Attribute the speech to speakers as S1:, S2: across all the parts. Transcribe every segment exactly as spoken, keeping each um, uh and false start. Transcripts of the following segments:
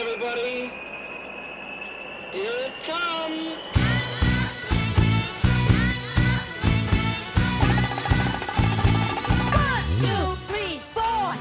S1: everybody. Here it comes.
S2: One, two, three, four.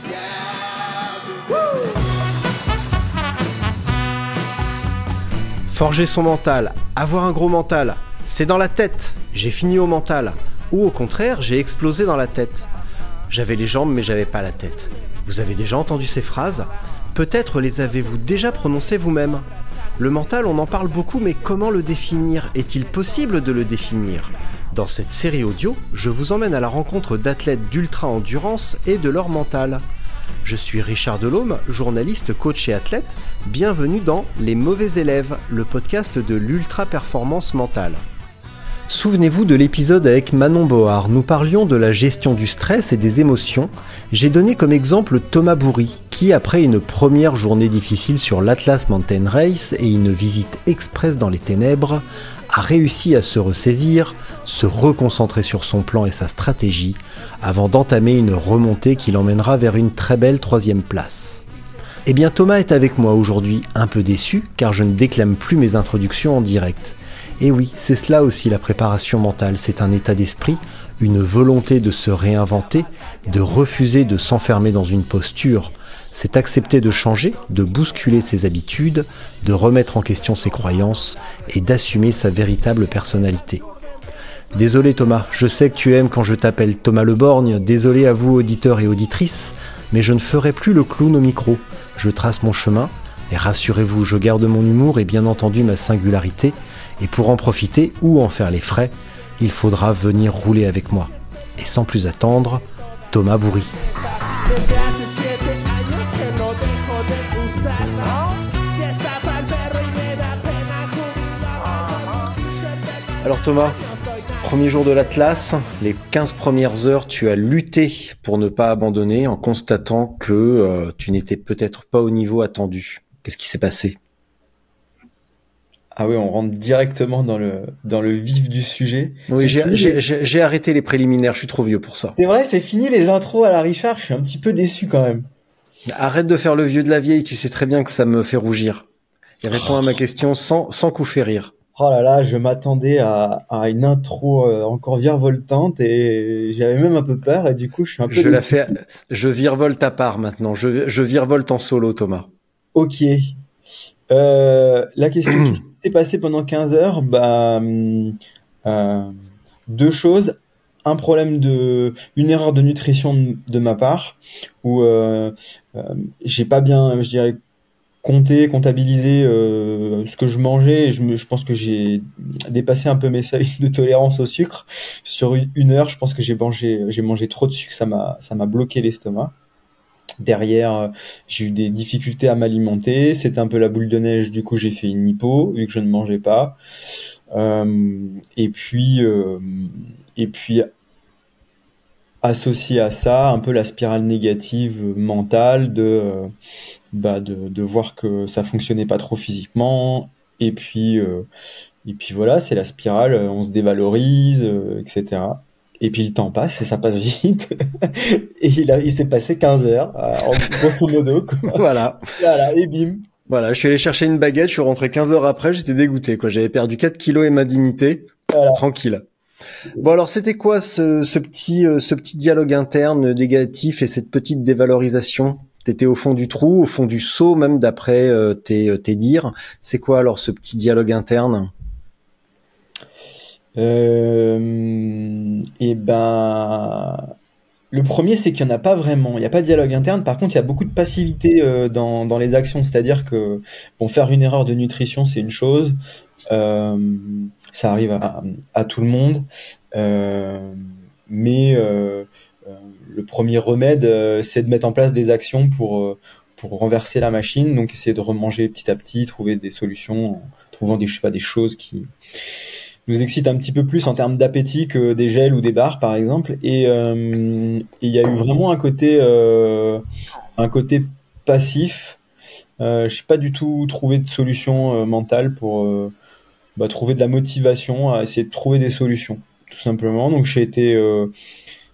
S3: Forger son mental, avoir un gros mental, c'est dans la tête, j'ai fini au mental. Ou au contraire, j'ai explosé dans la tête. J'avais les jambes mais j'avais pas la tête. Vous avez déjà entendu ces phrases ? Peut-être les avez-vous déjà prononcées vous-même. Le mental, on en parle beaucoup, mais comment le définir ? Est-il possible de le définir ? Dans cette série audio, je vous emmène à la rencontre d'athlètes d'ultra-endurance et de leur mental. Je suis Richard Delhomme, journaliste, coach et athlète. Bienvenue dans Les Mauvais Élèves, le podcast de l'ultra-performance mentale. Souvenez-vous de l'épisode avec Manon Board, nous parlions de la gestion du stress et des émotions. J'ai donné comme exemple Thomas Boury, qui après une première journée difficile sur l'Atlas Mountain Race et une visite express dans les ténèbres, a réussi à se ressaisir, se reconcentrer sur son plan et sa stratégie, avant d'entamer une remontée qui l'emmènera vers une très belle troisième place. Eh bien Thomas est avec moi aujourd'hui, un peu déçu, car je ne déclame plus mes introductions en direct. Et oui, c'est cela aussi la préparation mentale, c'est un état d'esprit, une volonté de se réinventer, de refuser de s'enfermer dans une posture. C'est accepter de changer, de bousculer ses habitudes, de remettre en question ses croyances et d'assumer sa véritable personnalité. Désolé Thomas, je sais que tu aimes quand je t'appelle Thomas Le Borgne, désolé à vous auditeurs et auditrices, mais je ne ferai plus le clown au micro. Je trace mon chemin, et rassurez-vous, je garde mon humour et bien entendu ma singularité, et pour en profiter ou en faire les frais, il faudra venir rouler avec moi. Et sans plus attendre, Thomas Boury. Alors Thomas, premier jour de l'Atlas, les quinze premières heures, tu as lutté pour ne pas abandonner en constatant que euh, tu n'étais peut-être pas au niveau attendu. Qu'est-ce qui s'est passé ?
S4: Ah oui, on rentre directement dans le dans le vif du sujet.
S3: Oui,
S4: C'est
S3: j'ai,
S4: fini,
S3: j'ai,
S4: les-
S3: j'ai, j'ai arrêté les préliminaires, je suis trop vieux pour ça.
S4: C'est vrai, c'est fini les intros à la Richard. Je suis un petit peu déçu quand même.
S3: Arrête de faire le vieux de la vieille, tu sais très bien que ça me fait rougir. Et réponds à ma question sans, sans coup fait rire.
S4: Oh là là, je m'attendais à, à une intro euh, encore virevoltante et j'avais même un peu peur et du coup je suis un peu
S3: Je la
S4: déçu.
S3: fais, je virevolte à part maintenant, je, je virevolte en solo Thomas.
S4: Ok. Euh, la question, qu'est-ce qui s'est passé pendant quinze heures? Bah, hum, euh, deux choses. Un problème de, une erreur de nutrition de, de ma part, où euh, euh, j'ai pas bien, je dirais, compté, comptabilisé euh, ce que je mangeais. Et je, me, je pense que j'ai dépassé un peu mes seuils de tolérance au sucre. Sur une, une heure, je pense que j'ai mangé, j'ai mangé trop de sucre, ça m'a, ça m'a bloqué l'estomac. Derrière, euh, j'ai eu des difficultés à m'alimenter. C'était un peu la boule de neige. Du coup, j'ai fait une hypo vu que je ne mangeais pas. Euh, et puis, euh, et puis associé à ça, un peu la spirale négative mentale de, euh, bah, de, de voir que ça fonctionnait pas trop physiquement. Et puis, euh, et puis voilà, c'est la spirale. euh, On se dévalorise, euh, et cetera. Et puis le temps passe et ça passe vite. Et il a, il s'est passé quinze heures, euh, en grosso modo, quoi.
S3: Voilà.
S4: Voilà, et bim.
S3: Voilà, je suis allé chercher une baguette, je suis rentré quinze heures après, j'étais dégoûté, quoi. J'avais perdu quatre kilos et ma dignité.
S4: Voilà.
S3: Tranquille. Bon, alors, c'était quoi ce, ce petit, euh, ce petit dialogue interne négatif et cette petite dévalorisation ? T'étais au fond du trou, au fond du seau, même d'après euh, tes, euh, tes dires. C'est quoi alors ce petit dialogue interne ?
S4: Euh, et ben, le premier, c'est qu'il n'y en a pas vraiment. Il n'y a pas de dialogue interne. Par contre, il y a beaucoup de passivité euh, dans, dans les actions. C'est-à-dire que, bon, faire une erreur de nutrition, c'est une chose. Euh, ça arrive à, à tout le monde. Euh, mais euh, euh, le premier remède, euh, c'est de mettre en place des actions pour, euh, pour renverser la machine. Donc, essayer de remanger petit à petit, trouver des solutions, en trouvant des, je sais pas, des choses qui nous excitent un petit peu plus en termes d'appétit que des gels ou des bars, par exemple. Et euh, et il y a eu vraiment un côté, euh, un côté passif. Euh, je n'ai pas du tout trouvé de solution euh, mentale pour euh, bah, trouver de la motivation à essayer de trouver des solutions, tout simplement. Donc j'ai été, euh,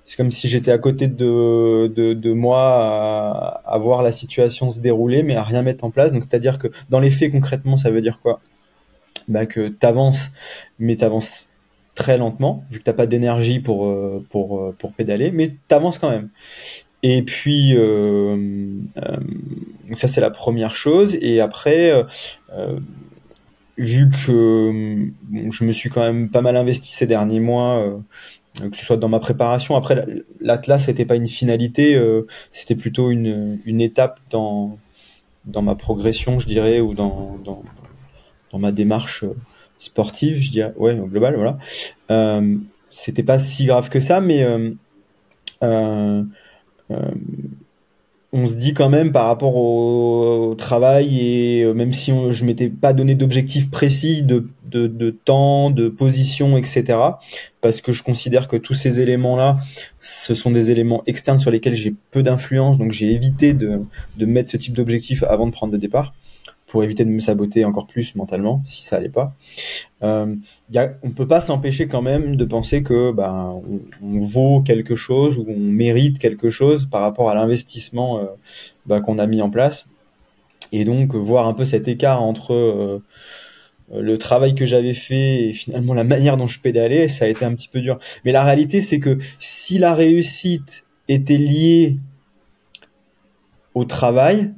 S4: c'est comme si j'étais à côté de, de, de moi à, à voir la situation se dérouler, mais à rien mettre en place. Donc, c'est-à-dire que dans les faits, concrètement, ça veut dire quoi? Bah, que t'avances, mais t'avances très lentement, vu que t'as pas d'énergie pour, euh, pour, euh, pour pédaler, mais t'avances quand même. Et puis, euh, euh, ça, c'est la première chose. Et après, euh, euh, vu que bon, je me suis quand même pas mal investi ces derniers mois, euh, que ce soit dans ma préparation. Après, l'Atlas n'était pas une finalité, euh, c'était plutôt une, une étape dans, dans ma progression, je dirais, ou dans, dans, dans ma démarche sportive, je dirais, ouais, au global, voilà. Euh, c'était pas si grave que ça, mais euh, euh, euh, on se dit quand même par rapport au, au travail, et euh, même si on, je m'étais pas donné d'objectif précis de, de, de temps, de position, et cetera, parce que je considère que tous ces éléments-là, ce sont des éléments externes sur lesquels j'ai peu d'influence, donc j'ai évité de, de mettre ce type d'objectif avant de prendre le départ, pour éviter de me saboter encore plus mentalement, si ça allait pas. Euh, y a, on peut pas s'empêcher quand même de penser que bah, on, on vaut quelque chose, ou on mérite quelque chose par rapport à l'investissement euh, bah, qu'on a mis en place. Et donc, voir un peu cet écart entre euh, le travail que j'avais fait et finalement la manière dont je pédalais, ça a été un petit peu dur. Mais la réalité, c'est que si la réussite était liée au travail,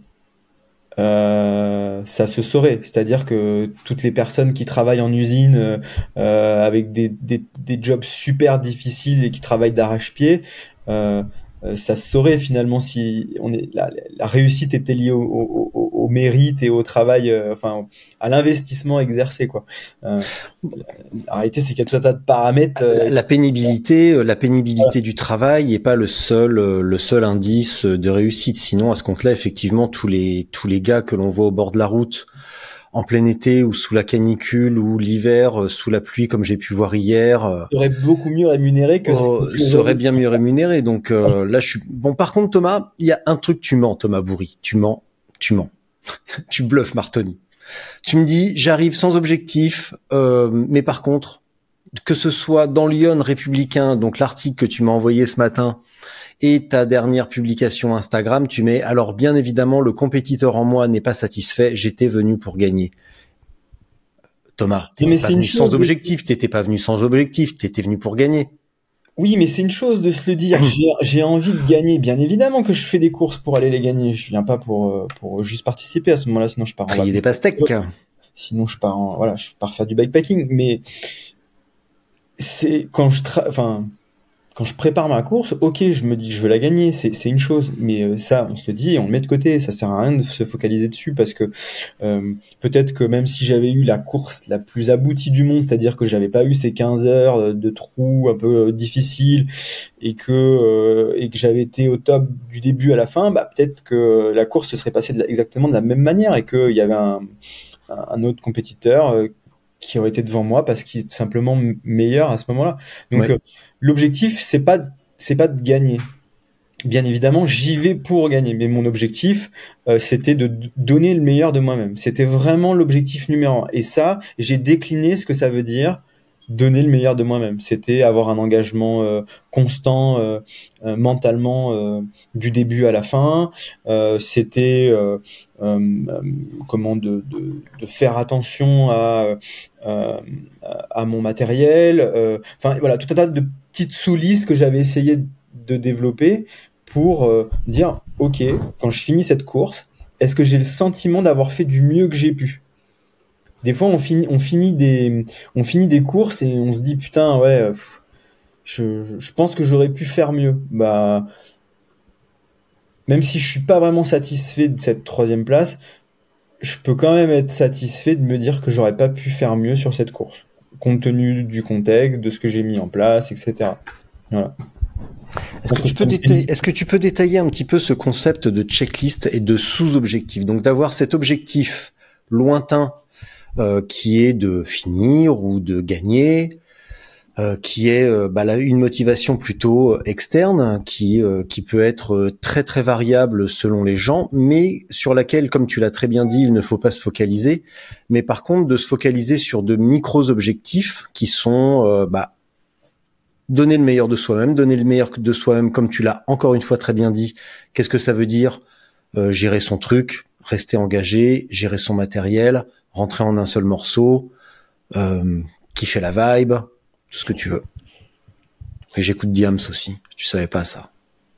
S4: Euh, ça se saurait. C'est-à-dire que toutes les personnes qui travaillent en usine euh, avec des, des, des jobs super difficiles et qui travaillent d'arrache-pied, euh, ça se saurait finalement si on est, la, la réussite était liée au, au, au, au mérite et au travail, euh, enfin à l'investissement exercé, quoi. Euh, la réalité, c'est qu'il y a tout un tas de paramètres. Euh,
S3: la pénibilité, la pénibilité voilà. du travail n'est pas le seul, le seul indice de réussite. Sinon, à ce compte-là, effectivement, tous les tous les gars que l'on voit au bord de la route, en plein été ou sous la canicule ou l'hiver sous la pluie, comme j'ai pu voir hier,
S4: seraient beaucoup mieux rémunérés que
S3: oh, seraient bien mieux rémunérés. Donc euh, là, je suis bon. Par contre, Thomas, il y a un truc, tu mens, Thomas Bourri, tu mens, tu mens, tu bluffes, Martoni. Tu me dis, j'arrive sans objectif, euh, mais par contre, que ce soit dans Lyon Républicain, donc l'article que tu m'as envoyé ce matin, et ta dernière publication Instagram, tu mets, alors bien évidemment, le compétiteur en moi n'est pas satisfait, j'étais venu pour gagner. Thomas, t'étais pas venu sans objectif, t'étais pas venu sans objectif, t'étais venu pour gagner.
S4: Oui, mais c'est une chose de se le dire. J'ai, j'ai envie de gagner. Bien évidemment que je fais des courses pour aller les gagner. Je viens pas pour, pour juste participer à ce moment-là, sinon je pars en
S3: vacances. Il y a des pastèques.
S4: Sinon je pars en, voilà, je pars faire du bikepacking. Mais c'est quand je tra... enfin, quand je prépare ma course, ok, je me dis que je veux la gagner, c'est, c'est une chose, mais euh, ça, on se le dit et on le met de côté, ça sert à rien de se focaliser dessus, parce que euh, peut-être que même si j'avais eu la course la plus aboutie du monde, c'est-à-dire que j'avais pas eu ces quinze heures de trous un peu euh, difficiles, et que euh, et que j'avais été au top du début à la fin, bah peut-être que la course se serait passée de la, exactement de la même manière, et qu'il y avait un, un autre compétiteur euh, qui aurait été devant moi parce qu'il est tout simplement meilleur à ce moment-là. Donc ouais. euh, L'objectif, c'est pas, c'est pas de gagner. Bien évidemment, j'y vais pour gagner, mais mon objectif, euh, c'était de donner le meilleur de moi-même. C'était vraiment l'objectif numéro un. Et ça, j'ai décliné ce que ça veut dire donner le meilleur de moi-même. C'était avoir un engagement euh, constant, euh, euh, mentalement, euh, du début à la fin. Euh, c'était euh, euh, comment de, de, de faire attention à euh, à mon matériel. Enfin voilà, tout un tas de petites sous-listes que j'avais essayé de développer pour euh, dire, ok, quand je finis cette course, est-ce que j'ai le sentiment d'avoir fait du mieux que j'ai pu ? Des fois, on finit, on finit des, on finit des courses et on se dit, putain, ouais, pff, je, je, je pense que j'aurais pu faire mieux. Bah, même si je suis pas vraiment satisfait de cette troisième place, je peux quand même être satisfait de me dire que j'aurais pas pu faire mieux sur cette course, compte tenu du contexte, de ce que j'ai mis en place, et cetera. Voilà.
S3: Est-ce que, tu peux détailler, est-ce que tu peux détailler un petit peu ce concept de checklist et de sous-objectif ? Donc d'avoir cet objectif lointain euh, qui est de finir ou de gagner, euh, qui est euh, bah, là, une motivation plutôt externe, qui euh, qui peut être très très variable selon les gens, mais sur laquelle, comme tu l'as très bien dit, il ne faut pas se focaliser. Mais par contre, de se focaliser sur de micros objectifs qui sont euh, bah donner le meilleur de soi-même, donner le meilleur de soi-même, comme tu l'as encore une fois très bien dit. Qu'est-ce que ça veut dire? euh, Gérer son truc, rester engagé, gérer son matériel, rentrer en un seul morceau, euh, kiffer la vibe, tout ce que tu veux. Et j'écoute Diams aussi, tu savais pas ça.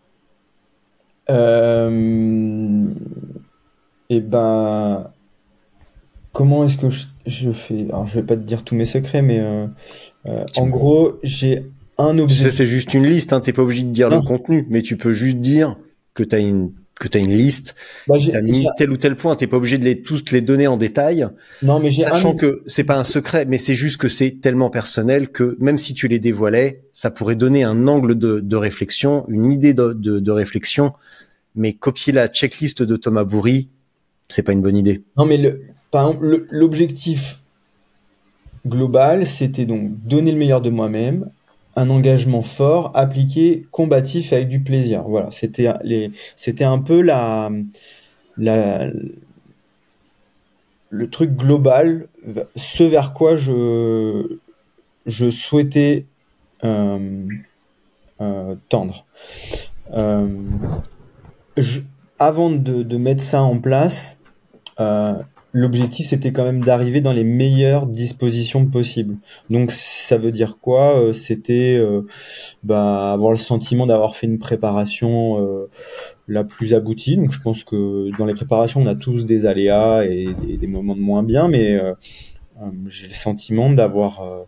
S4: Euh... Et ben, comment est-ce que je, je fais? Alors, je vais pas te dire tous mes secrets, mais euh, euh, en gros, j'ai un
S3: Tu sais,
S4: objectif.
S3: c'est juste une liste, hein, t'es pas obligé de dire
S4: Non.
S3: le contenu, mais tu peux juste dire que t'as une que t'as une liste,
S4: Bah,
S3: que
S4: j'ai,
S3: t'as mis
S4: j'ai-
S3: tel ou tel point, t'es pas obligé de les tous les donner en détail,
S4: Non, mais j'ai
S3: sachant
S4: un.
S3: que c'est pas un secret, mais c'est juste que c'est tellement personnel que même si tu les dévoilais, ça pourrait donner un angle de, de réflexion, une idée de, de, de réflexion, mais copier la checklist de Thomas Bourri, c'est pas une bonne idée.
S4: Non, mais le, par exemple, le- l'objectif global, c'était donc donner le meilleur de moi-même, un engagement fort, appliqué, combatif avec du plaisir. Voilà, c'était les, c'était un peu la, la, le truc global, ce vers quoi je, je souhaitais euh, euh, tendre. Euh, je- Avant de, de mettre ça en place, euh, l'objectif c'était quand même d'arriver dans les meilleures dispositions possibles. Donc ça veut dire quoi? Euh, C'était euh, bah, avoir le sentiment d'avoir fait une préparation euh, la plus aboutie. Donc je pense que dans les préparations on a tous des aléas et des, des moments de moins bien, mais euh, euh, j'ai le sentiment d'avoir euh,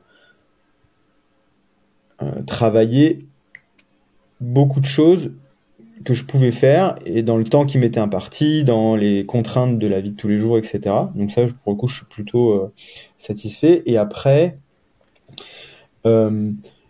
S4: euh, travaillé beaucoup de choses que je pouvais faire et dans le temps qui m'était imparti, dans les contraintes de la vie de tous les jours, et cetera. Donc ça, pour le coup, je suis plutôt euh, satisfait. Et après, euh,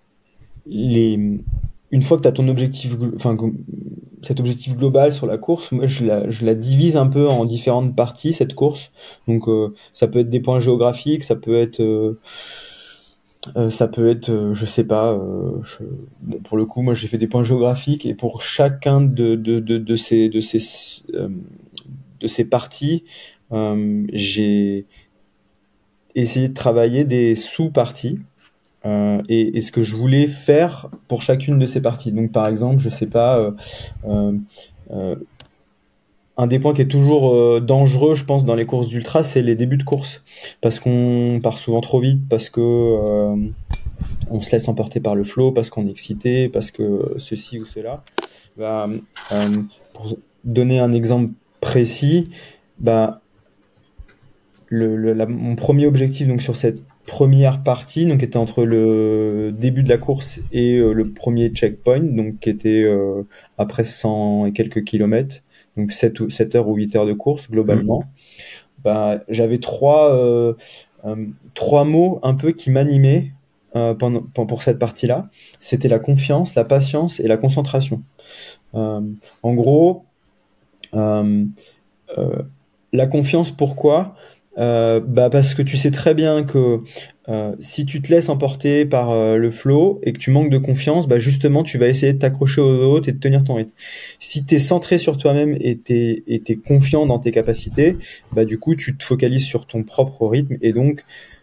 S4: les... une fois que tu as ton objectif, glo- enfin que- cet objectif global sur la course, moi je la, je la divise un peu en différentes parties, cette course. Donc euh, ça peut être des points géographiques, ça peut être euh, Euh, ça peut être, euh, je sais pas, euh, je- bon, pour le coup, moi j'ai fait des points géographiques et pour chacun de, de, de, de ces, de ces, euh, de ces parties, euh, j'ai essayé de travailler des sous-parties euh, et, et ce que je voulais faire pour chacune de ces parties. Donc par exemple, je sais pas, euh, euh, euh, un des points qui est toujours euh, dangereux, je pense, dans les courses d'ultra, c'est les débuts de course. Parce qu'on part souvent trop vite, parce que euh, on se laisse emporter par le flow, parce qu'on est excité, parce que ceci ou cela. Bah, euh, pour donner un exemple précis, bah, le, le- la- mon premier objectif donc sur cette première partie, donc était entre le début de la course et euh, le premier checkpoint, donc qui était euh, après cent et quelques kilomètres, donc sept, ou, sept heures ou huit heures de course globalement. Bah, j'avais trois, euh, euh, trois mots un peu qui m'animaient euh, pendant, pen- pour cette partie-là. C'était la confiance, la patience et la concentration. Euh, En gros, euh, euh, la confiance, pourquoi? Euh, bah parce que tu sais très bien que euh, si tu te laisses emporter par euh, le flow et que tu manques de confiance, bah justement tu vas essayer de t'accrocher aux autres et de tenir ton rythme. Si tu es centré sur toi-même et tu es confiant dans tes capacités, bah du coup tu te focalises sur ton propre rythme et donc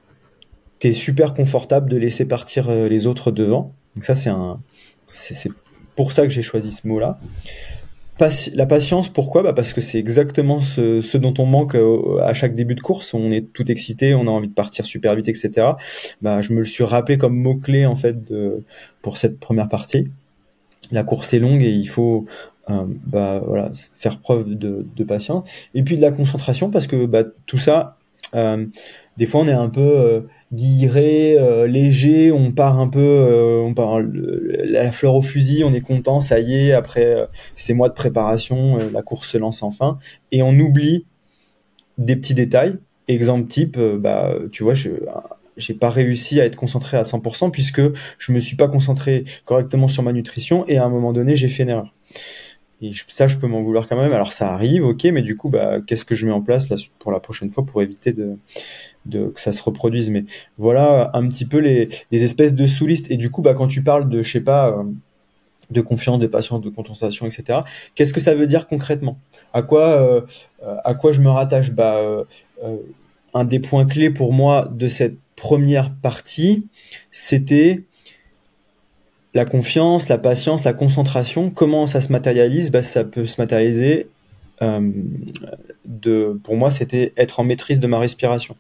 S4: tu es super confortable de laisser partir euh, les autres devant. Donc ça c'est un c'est c'est pour ça que j'ai choisi ce mot-là. Pati- La patience, pourquoi? Bah parce que c'est exactement ce, ce dont on manque euh, à chaque début de course. On est tout excité, on a envie de partir super vite, et cetera. Bah, je me le suis rappelé comme mot-clé en fait de, pour cette première partie. La course est longue et il faut euh, bah, voilà, faire preuve de, de patience. Et puis de la concentration parce que bah, tout ça, euh, des fois on est un peu euh, guilleret, euh, léger, on part un peu, euh, on part le- la fleur au fusil, on est content, ça y est, après euh, ces mois de préparation, euh, la course se lance enfin, et on oublie des petits détails. Exemple type, euh, bah, tu vois, je j'ai pas réussi à être concentré à cent pour cent puisque je me suis pas concentré correctement sur ma nutrition et à un moment donné, j'ai fait une erreur. Et je- ça, je peux m'en vouloir quand même. Alors ça arrive, ok, mais du coup, bah, qu'est-ce que je mets en place là pour la prochaine fois pour éviter de, de que ça se reproduise. Mais voilà un petit peu les des espèces de sous-listes. Et du coup, bah, quand tu parles de, je sais pas, euh, de confiance, de patience, de concentration, et cetera. Qu'est-ce que ça veut dire concrètement? À quoi, euh, euh, à quoi je me rattache? Bah, euh, euh, un des points clés pour moi de cette première partie, c'était la confiance, la patience, la concentration, comment ça se matérialise? Bah, ça peut se matérialiser, euh, de, pour moi, c'était être en maîtrise de ma respiration.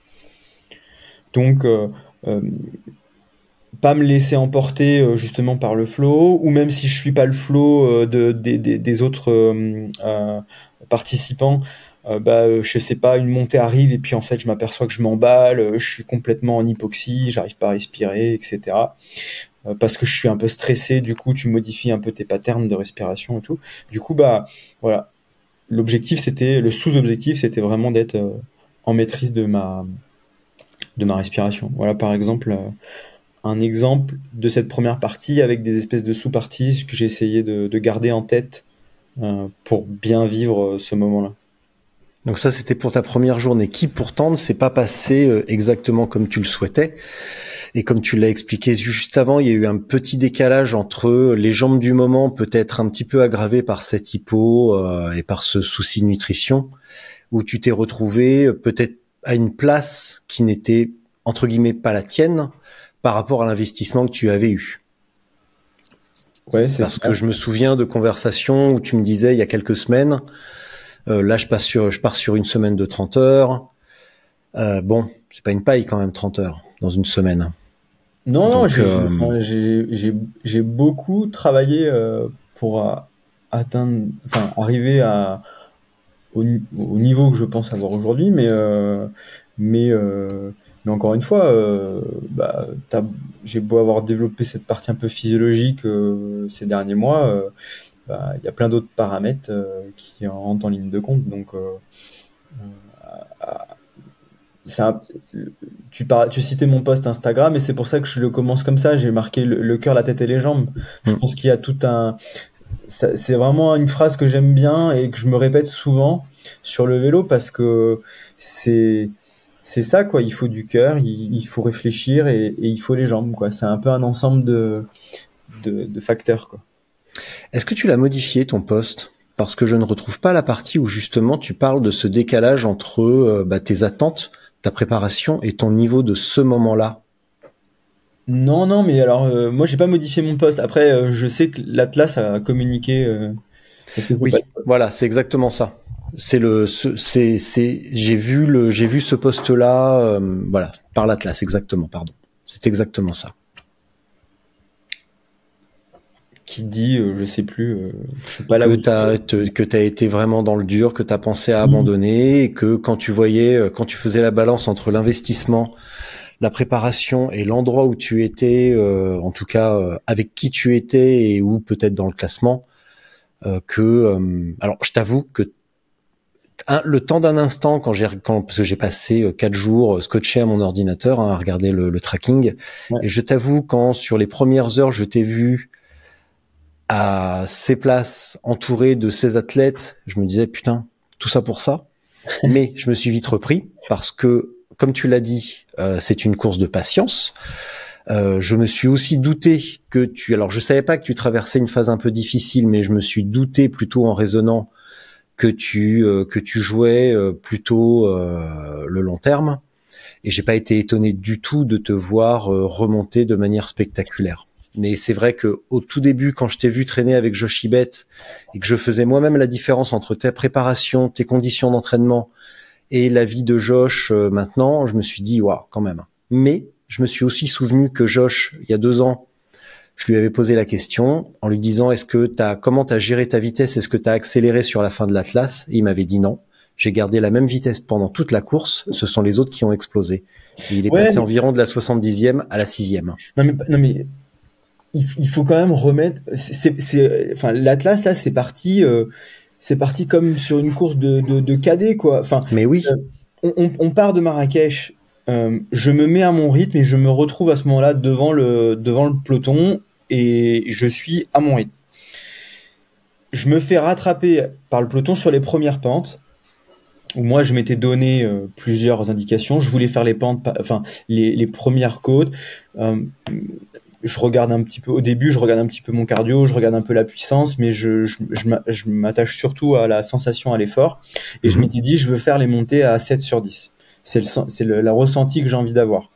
S4: Donc, euh, euh, pas me laisser emporter euh, justement par le flow, ou même si je suis pas le flow euh, de, des, des, des autres euh, euh, participants, euh, bah, euh, je sais pas, une montée arrive et puis en fait je m'aperçois que je m'emballe, euh, je suis complètement en hypoxie, j'arrive pas à respirer, et cetera. Euh, parce que je suis un peu stressé, du coup tu modifies un peu tes patterns de respiration et tout. Du coup, bah voilà, l'objectif c'était, le sous-objectif c'était vraiment d'être euh, en maîtrise de ma, de ma respiration. Voilà par exemple. Euh, un exemple de cette première partie avec des espèces de sous-parties que j'ai essayé de, de garder en tête euh, pour bien vivre euh, ce moment-là.
S3: Donc ça, c'était pour ta première journée, qui pourtant ne s'est pas passé euh, exactement comme tu le souhaitais. Et comme tu l'as expliqué juste avant, il y a eu un petit décalage entre les jambes du moment, peut-être un petit peu aggravées par cette hypo euh, et par ce souci de nutrition, où tu t'es retrouvé euh, peut-être à une place qui n'était, entre guillemets, pas la tienne, par rapport à l'investissement que tu avais eu.
S4: Ouais, c'est
S3: Parce
S4: ça.
S3: que je me souviens de conversations où tu me disais il y a quelques semaines, euh, là je passe sur, je pars sur une semaine de trente heures. Euh, bon, c'est pas une paille quand même trente heures dans une semaine.
S4: Non, non,
S3: Donc,
S4: j'ai j'ai-
S3: euh,
S4: enfin, j'ai- j'ai- j'ai beaucoup travaillé euh, pour euh, atteindre, enfin, arriver à, au, ni- au niveau que je pense avoir aujourd'hui, mais, euh, mais, euh, mais encore une fois, euh, bah, t'as- j'ai beau avoir développé cette partie un peu physiologique euh, ces derniers mois, euh, bah, il y a plein d'autres paramètres euh, qui rentrent en ligne de compte. Donc, euh, c'est un- tu, par- tu citais mon post Instagram et c'est pour ça que je le commence comme ça. J'ai marqué le, le cœur, la tête et les jambes. Je
S3: hmm.
S4: pense qu'il y a tout un. ça- C'est vraiment une phrase que j'aime bien et que je me répète souvent sur le vélo parce que c'est c'est ça quoi. Il faut du cœur, il, il faut réfléchir et, et il faut les jambes quoi. C'est un peu un ensemble de de, de facteurs quoi.
S3: Est-ce que tu l'as modifié ton post? Parce que je ne retrouve pas la partie où justement tu parles de ce décalage entre euh, bah, tes attentes, ta préparation et ton niveau de ce moment-là.
S4: Non, non, mais alors euh, moi j'ai pas modifié mon post. Après, euh, je sais que l'Atlas a communiqué euh, parce que c'est pas.
S3: Oui, voilà, c'est exactement ça. C'est le, ce- c'est, c'est, j'ai vu le, j'ai vu ce post-là, euh, voilà, par l'Atlas, exactement, pardon. C'est exactement ça.
S4: Qui dit, euh, je sais plus, euh, je suis pas là
S3: Que
S4: où je
S3: t'as, te- que t'as été vraiment dans le dur, que t'as pensé à
S4: suis.
S3: abandonner, et que quand tu voyais, euh, quand tu faisais la balance entre l'investissement, la préparation et l'endroit où tu étais, euh, en tout cas euh, avec qui tu étais et où peut-être dans le classement, euh, que, euh, alors je t'avoue que un, le temps d'un instant, quand j'ai, quand, parce que j'ai passé euh, quatre jours euh, scotché à mon ordinateur hein, à regarder le, le tracking,
S4: Ouais.
S3: et je t'avoue quand sur les premières heures je t'ai vu à ces places entouré de ces athlètes, je me disais putain tout ça pour ça, mais je me suis vite repris parce que comme tu l'as dit, euh, c'est une course de patience. Euh, je me suis aussi douté que tu, alors je savais pas que tu traversais une phase un peu difficile, mais je me suis douté plutôt en raisonnant que tu euh, que tu jouais euh, plutôt euh, le long terme, et j'ai pas été étonné du tout de te voir euh, remonter de manière spectaculaire. Mais c'est vrai que au tout début, quand je t'ai vu traîner avec Joshibet et que je faisais moi-même la différence entre ta préparation, tes conditions d'entraînement et la vie de Josh euh, maintenant, je me suis dit waouh quand même. Mais je me suis aussi souvenu que Josh, il y a deux ans, je lui avais posé la question en lui disant est-ce que t'as, comment t'as géré ta vitesse, est-ce que t'as accéléré sur la fin de l'Atlas? Et il m'avait dit non. J'ai gardé la même vitesse pendant toute la course. Ce sont les autres qui ont explosé. Et il est
S4: Ouais,
S3: passé
S4: mais-
S3: environ de la soixante-dixième à la sixième.
S4: Non mais, non mais il, f- il faut quand même remettre. C'est, c'est, c'est- enfin, l'Atlas là, c'est parti, euh, c'est parti comme sur une course de, de, de cadet quoi. Enfin,
S3: Mais oui,
S4: euh, on, on, on part de Marrakech. Euh, je me mets à mon rythme et je me retrouve à ce moment-là devant le devant le peloton et je suis à mon rythme. Je me fais rattraper par le peloton sur les premières pentes où moi je m'étais donné euh, plusieurs indications. Je voulais faire les pentes, pa- enfin les, les premières côtes. Euh, je regarde un petit peu au début, je regarde un petit peu mon cardio, je regarde un peu la puissance, mais je, je, je m'a- je m'attache surtout à la sensation, à l'effort. Et je
S3: Mhm.
S4: m'étais dit, je veux faire les montées à sept sur dix. C'est le, sen- c'est le, la ressenti que j'ai envie d'avoir.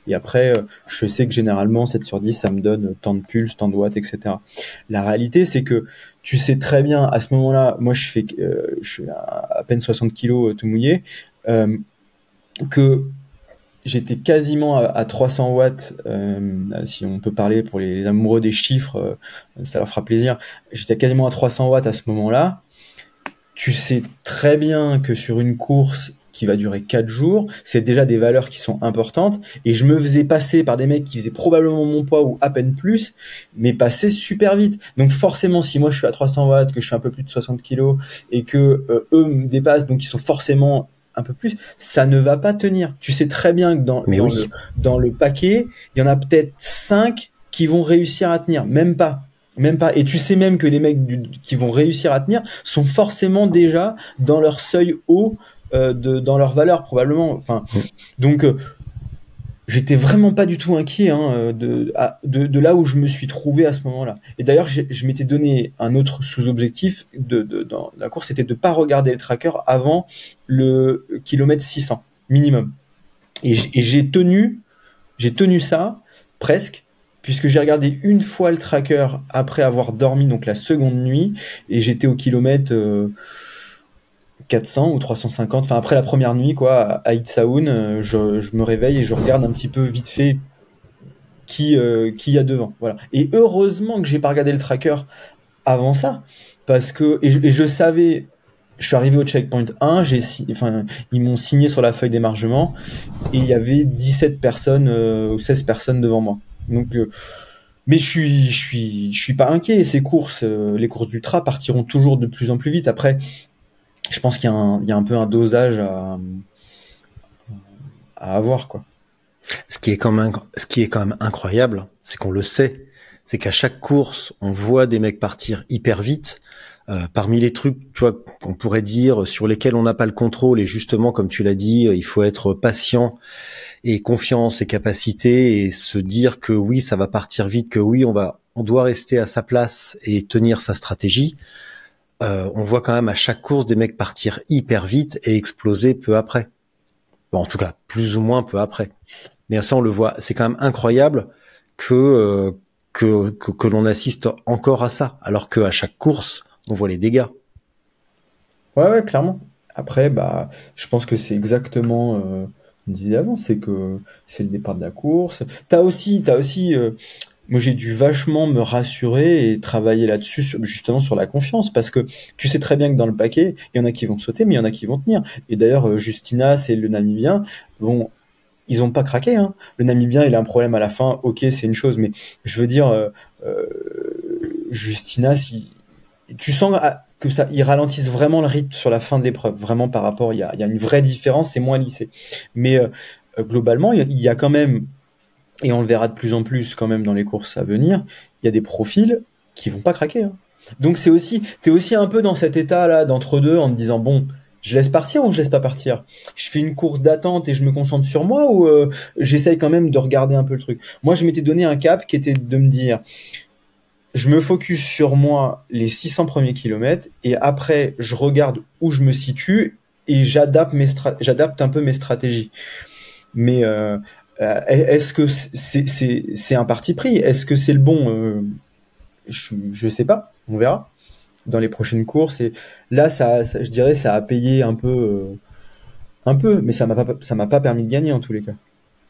S4: Et après, euh, je sais que généralement, sept sur dix, ça me donne tant de pulses, tant de watts, et cetera. La réalité, c'est que tu sais très bien, à ce moment-là, moi, je fais, euh, je suis à, à peine soixante kilos euh, tout mouillé, euh, que j'étais quasiment à, à trois cents watts, euh, si on peut parler pour les, les amoureux des chiffres, euh, ça leur fera plaisir. J'étais quasiment à trois cents watts à ce moment-là. Tu sais très bien que sur une course qui va durer quatre jours, c'est déjà des valeurs qui sont importantes, et je me faisais passer par des mecs qui faisaient probablement mon poids ou à peine plus, mais passer super vite. Donc forcément, si moi je suis à trois cents watts, que je fais un peu plus de soixante kilos, et que euh, eux me dépassent, donc ils sont forcément un peu plus, ça ne va pas tenir. Tu sais très bien que dans,
S3: Mais
S4: dans,
S3: oui.
S4: le, dans le paquet, il y en a peut-être cinq qui vont réussir à tenir, même pas. Même pas. Et tu sais même que les mecs du, qui vont réussir à tenir sont forcément déjà dans leur seuil haut, euh, de, dans leur valeur probablement. Enfin, donc euh, j'étais vraiment pas du tout inquiet hein, de, à- de, de là où je me suis trouvé à ce moment-là. Et d'ailleurs, j'ai- je m'étais donné un autre sous-objectif de, de, dans la course, c'était de pas regarder le tracker avant le kilomètre six cents minimum. Et j'ai et j'ai tenu, j'ai tenu ça presque, puisque j'ai regardé une fois le tracker après avoir dormi, donc la seconde nuit, et j'étais au kilomètre euh, quatre cents ou trois cent cinquante, enfin après la première nuit, quoi, à Itzaoun, euh, je, je me réveille et je regarde un petit peu vite fait qui euh, qui y a devant, voilà. Et heureusement que j'ai pas regardé le tracker avant ça, parce que et je, et je savais, je suis arrivé au checkpoint un, j'ai si- enfin ils m'ont signé sur la feuille d'émargement et il y avait dix-sept personnes euh, ou seize personnes devant moi. Donc euh, mais je suis je suis je suis pas inquiet, ces courses euh, les courses d'ultra partiront toujours de plus en plus vite. Après, je pense qu'il y a un il y a un peu un dosage à à avoir, quoi.
S3: Ce qui est quand même, ce qui est quand même incroyable, c'est qu'on le sait, c'est qu'à chaque course, on voit des mecs partir hyper vite. Euh, parmi les trucs, tu vois, qu'on pourrait dire sur lesquels on n'a pas le contrôle, et justement, comme tu l'as dit, il faut être patient et confiant en ses capacités et se dire que oui, ça va partir vite, que oui, on va, on doit rester à sa place et tenir sa stratégie. Euh, on voit quand même à chaque course des mecs partir hyper vite et exploser peu après. Bon, en tout cas, plus ou moins peu après. Mais ça, on le voit. C'est quand même incroyable que euh, que, que que l'on assiste encore à ça, alors qu'à chaque course, on voit les dégâts.
S4: Ouais, ouais, clairement. Après, bah, je pense que c'est exactement, euh, on disait avant, c'est que c'est le départ de la course. T'as aussi, t'as aussi, euh, moi j'ai dû vachement me rassurer et travailler là-dessus, sur- justement sur la confiance, parce que tu sais très bien que dans le paquet, il y en a qui vont sauter, mais il y en a qui vont tenir. Et d'ailleurs, euh, Justina, c'est le Namibien, bon, ils ont pas craqué, hein. Le Namibien, il a un problème à la fin, ok, c'est une chose, mais je veux dire, euh, euh, Justina, si tu sens ah, que ça, ils ralentissent vraiment le rythme sur la fin de l'épreuve, vraiment par rapport, il y a, il y a une vraie différence, c'est moins lissé. Mais euh, euh, globalement, il y, a, il y a quand même, et on le verra de plus en plus quand même dans les courses à venir, il y a des profils qui vont pas craquer, hein. Donc c'est aussi, t'es aussi un peu dans cet état-là d'entre-deux en te disant bon, je laisse partir ou je laisse pas partir. Je fais une course d'attente et je me concentre sur moi ou euh, j'essaye quand même de regarder un peu le truc. Moi, je m'étais donné un cap qui était de me dire je me focus sur moi les six cents premiers kilomètres et après je regarde où je me situe et j'adapte mes stra- j'adapte un peu mes stratégies. Mais euh, euh, est-ce que c'est c'est c'est un parti pris? Est-ce que c'est le bon? Euh, je je sais pas, on verra dans les prochaines courses. Et là, ça, ça je dirais, ça a payé un peu, euh, un peu, mais ça m'a pas ça m'a pas permis de gagner en tous les cas.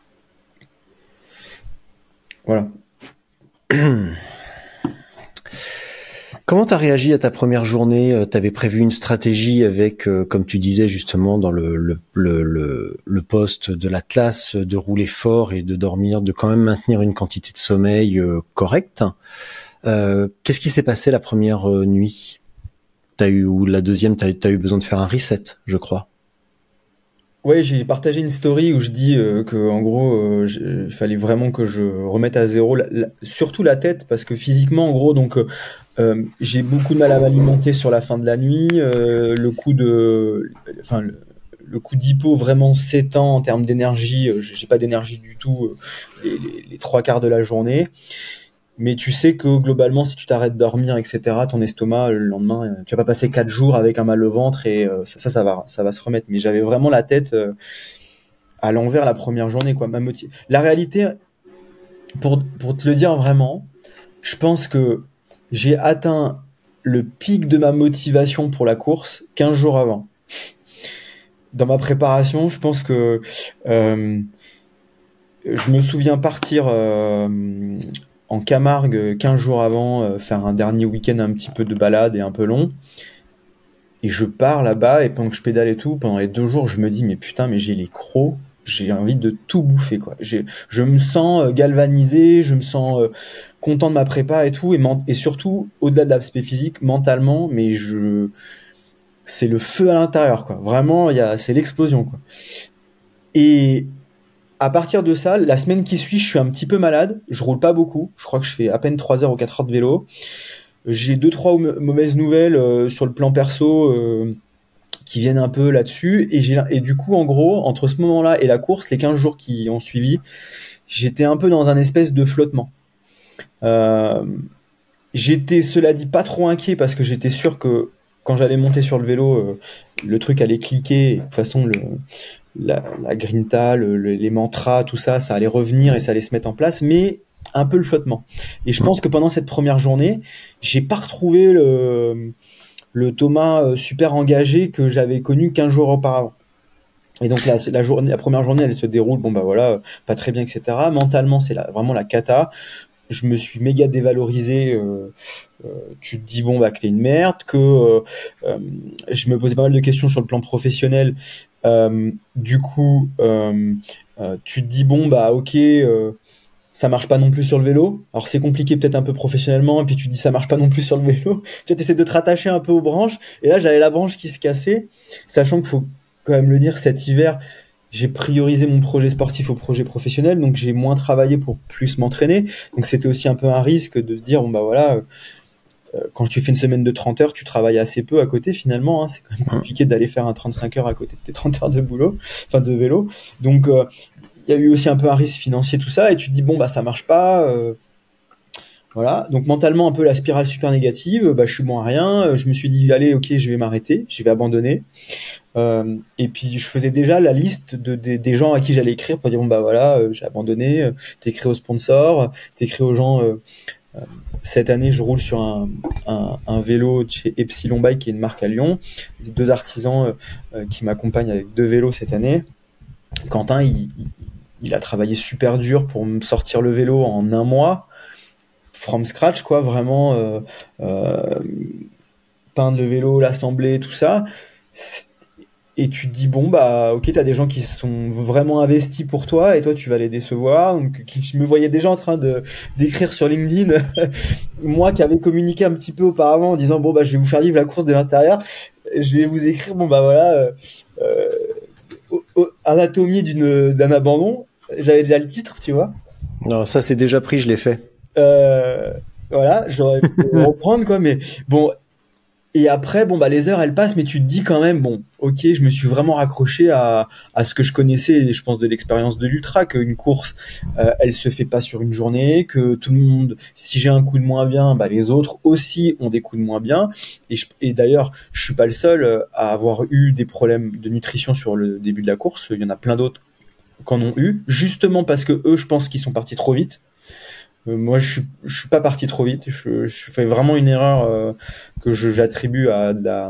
S4: Voilà.
S3: Comment t'as réagi à ta première journée? Euh, T'avais prévu une stratégie avec, euh, comme tu disais justement dans le le le le, le poste de l'Atlas, euh, de rouler fort et de dormir, de quand même maintenir une quantité de sommeil euh, correcte. Euh, qu'est-ce qui s'est passé la première euh, nuit? T'as eu ou la deuxième, t'as, t'as eu besoin de faire un reset, je crois.
S4: Ouais, j'ai partagé une story où je dis euh, que en gros, euh, je- il fallait vraiment que je remette à zéro, la- la- surtout la tête, parce que physiquement, en gros, donc euh, euh, j'ai beaucoup de mal à m'alimenter sur la fin de la nuit. Euh, le coup de, enfin, le, le coup d'hypo vraiment s'étend en termes d'énergie. euh, J'ai pas d'énergie du tout euh, les, les, les trois quarts de la journée. Mais tu sais que globalement, si tu t'arrêtes de dormir, et cetera, ton estomac, le lendemain, euh, tu vas pas passer quatre jours avec un mal au ventre et euh, ça, ça, ça va, ça va se remettre. Mais j'avais vraiment la tête, euh, à l'envers la première journée, quoi. Ma motiv... La réalité, pour, pour te le dire vraiment, je pense que j'ai atteint le pic de ma motivation pour la course quinze jours avant. Dans ma préparation, je pense que euh, je me souviens partir euh, en Camargue quinze jours avant, euh, faire un dernier week-end un petit peu de balade et un peu long. Et je pars là-bas, et pendant que je pédale et tout, pendant les deux jours, je me dis, mais putain, mais j'ai les crocs, j'ai envie de tout bouffer, quoi. J'ai, je me sens galvanisé, je me sens euh, content de ma prépa et tout, et, ment- et surtout, au-delà de l'aspect physique, mentalement, mais je, c'est le feu à l'intérieur, quoi. Vraiment, il y a, c'est l'explosion, quoi. Et à partir de ça, la semaine qui suit, je suis un petit peu malade, je roule pas beaucoup, je crois que je fais à peine trois heures ou quatre heures de vélo. J'ai deux, trois mauvaises nouvelles euh, sur le plan perso euh, qui viennent un peu là-dessus. Et, j'ai, et du coup, en gros, entre ce moment-là et la course, les quinze jours qui ont suivi, j'étais un peu dans un espèce de flottement. Euh, j'étais, cela dit, pas trop inquiet parce que j'étais sûr que quand j'allais monter sur le vélo, euh, le truc allait cliquer. De toute façon, le, la, la grinta, le, le, les mantras, tout ça, ça allait revenir et ça allait se mettre en place. Mais un peu le flottement. Et je pense que pendant cette première journée, j'ai pas retrouvé le, le Thomas super engagé que j'avais connu quinze jours auparavant. Et donc la, la, journée, la première journée, elle se déroule, bon bah voilà, pas très bien, et cetera. Mentalement, c'est la, vraiment la cata. Je me suis méga dévalorisé. Euh, euh, tu te dis bon bah que t'es une merde, que euh, euh, je me posais pas mal de questions sur le plan professionnel. Euh, du coup, euh, euh, tu te dis bon bah ok. Euh, ça marche pas non plus sur le vélo. Alors c'est compliqué peut-être un peu professionnellement, et puis tu te dis ça marche pas non plus sur le vélo. Tu essaies de te rattacher un peu aux branches, et là j'avais la branche qui se cassait, sachant qu'il faut quand même le dire, cet hiver, j'ai priorisé mon projet sportif au projet professionnel, donc j'ai moins travaillé pour plus m'entraîner. Donc c'était aussi un peu un risque de se dire, bon bah voilà, euh, quand tu fais une semaine de trente heures, tu travailles assez peu à côté finalement, hein. C'est quand même compliqué d'aller faire un trente-cinq heures à côté de tes trente heures de boulot, enfin de vélo. Donc euh, il y a eu aussi un peu un risque financier, tout ça, et tu te dis bon bah ça marche pas, euh, voilà. Donc mentalement un peu la spirale super négative, bah je suis bon à rien. Je me suis dit allez ok je vais m'arrêter, je vais abandonner. Euh, et puis je faisais déjà la liste de, de des gens à qui j'allais écrire pour dire bon bah voilà euh, j'ai abandonné. Euh, t'écris aux sponsors, t'écris aux gens. Euh, euh, cette année je roule sur un, un, un vélo de chez Epsilon Bike qui est une marque à Lyon. Les deux artisans euh, qui m'accompagnent avec deux vélos cette année. Quentin il, il Il a travaillé super dur pour me sortir le vélo en un mois, from scratch, quoi, vraiment, euh, euh, peindre le vélo, l'assembler, tout ça. Et tu te dis, bon, bah, ok, t'as des gens qui sont vraiment investis pour toi, et toi, tu vas les décevoir. Donc, je me voyais déjà en train de, d'écrire sur LinkedIn, moi qui avais communiqué un petit peu auparavant en disant, bon, bah, je vais vous faire vivre la course de l'intérieur. Je vais vous écrire, bon, bah, voilà, euh, euh, anatomie d'une, d'un abandon. J'avais déjà le titre, tu vois.
S3: Non, ça c'est déjà pris, je l'ai fait.
S4: Euh, voilà, j'aurais pu reprendre, quoi, mais bon. Et après, bon, bah, les heures, elles passent, mais tu te dis quand même, bon, ok, je me suis vraiment raccroché à, à ce que je connaissais, je pense, de l'expérience de l'ultra, qu'une course, euh, elle se fait pas sur une journée, que tout le monde, si j'ai un coup de moins bien, bah, les autres aussi ont des coups de moins bien. Et, je, et d'ailleurs, je suis pas le seul à avoir eu des problèmes de nutrition sur le début de la course. Il y en a plein d'autres qu'en ont eu, justement parce que eux, je pense qu'ils sont partis trop vite. Euh, moi, je suis, je suis pas parti trop vite. Je, je fais vraiment une erreur euh, que je, j'attribue à, à,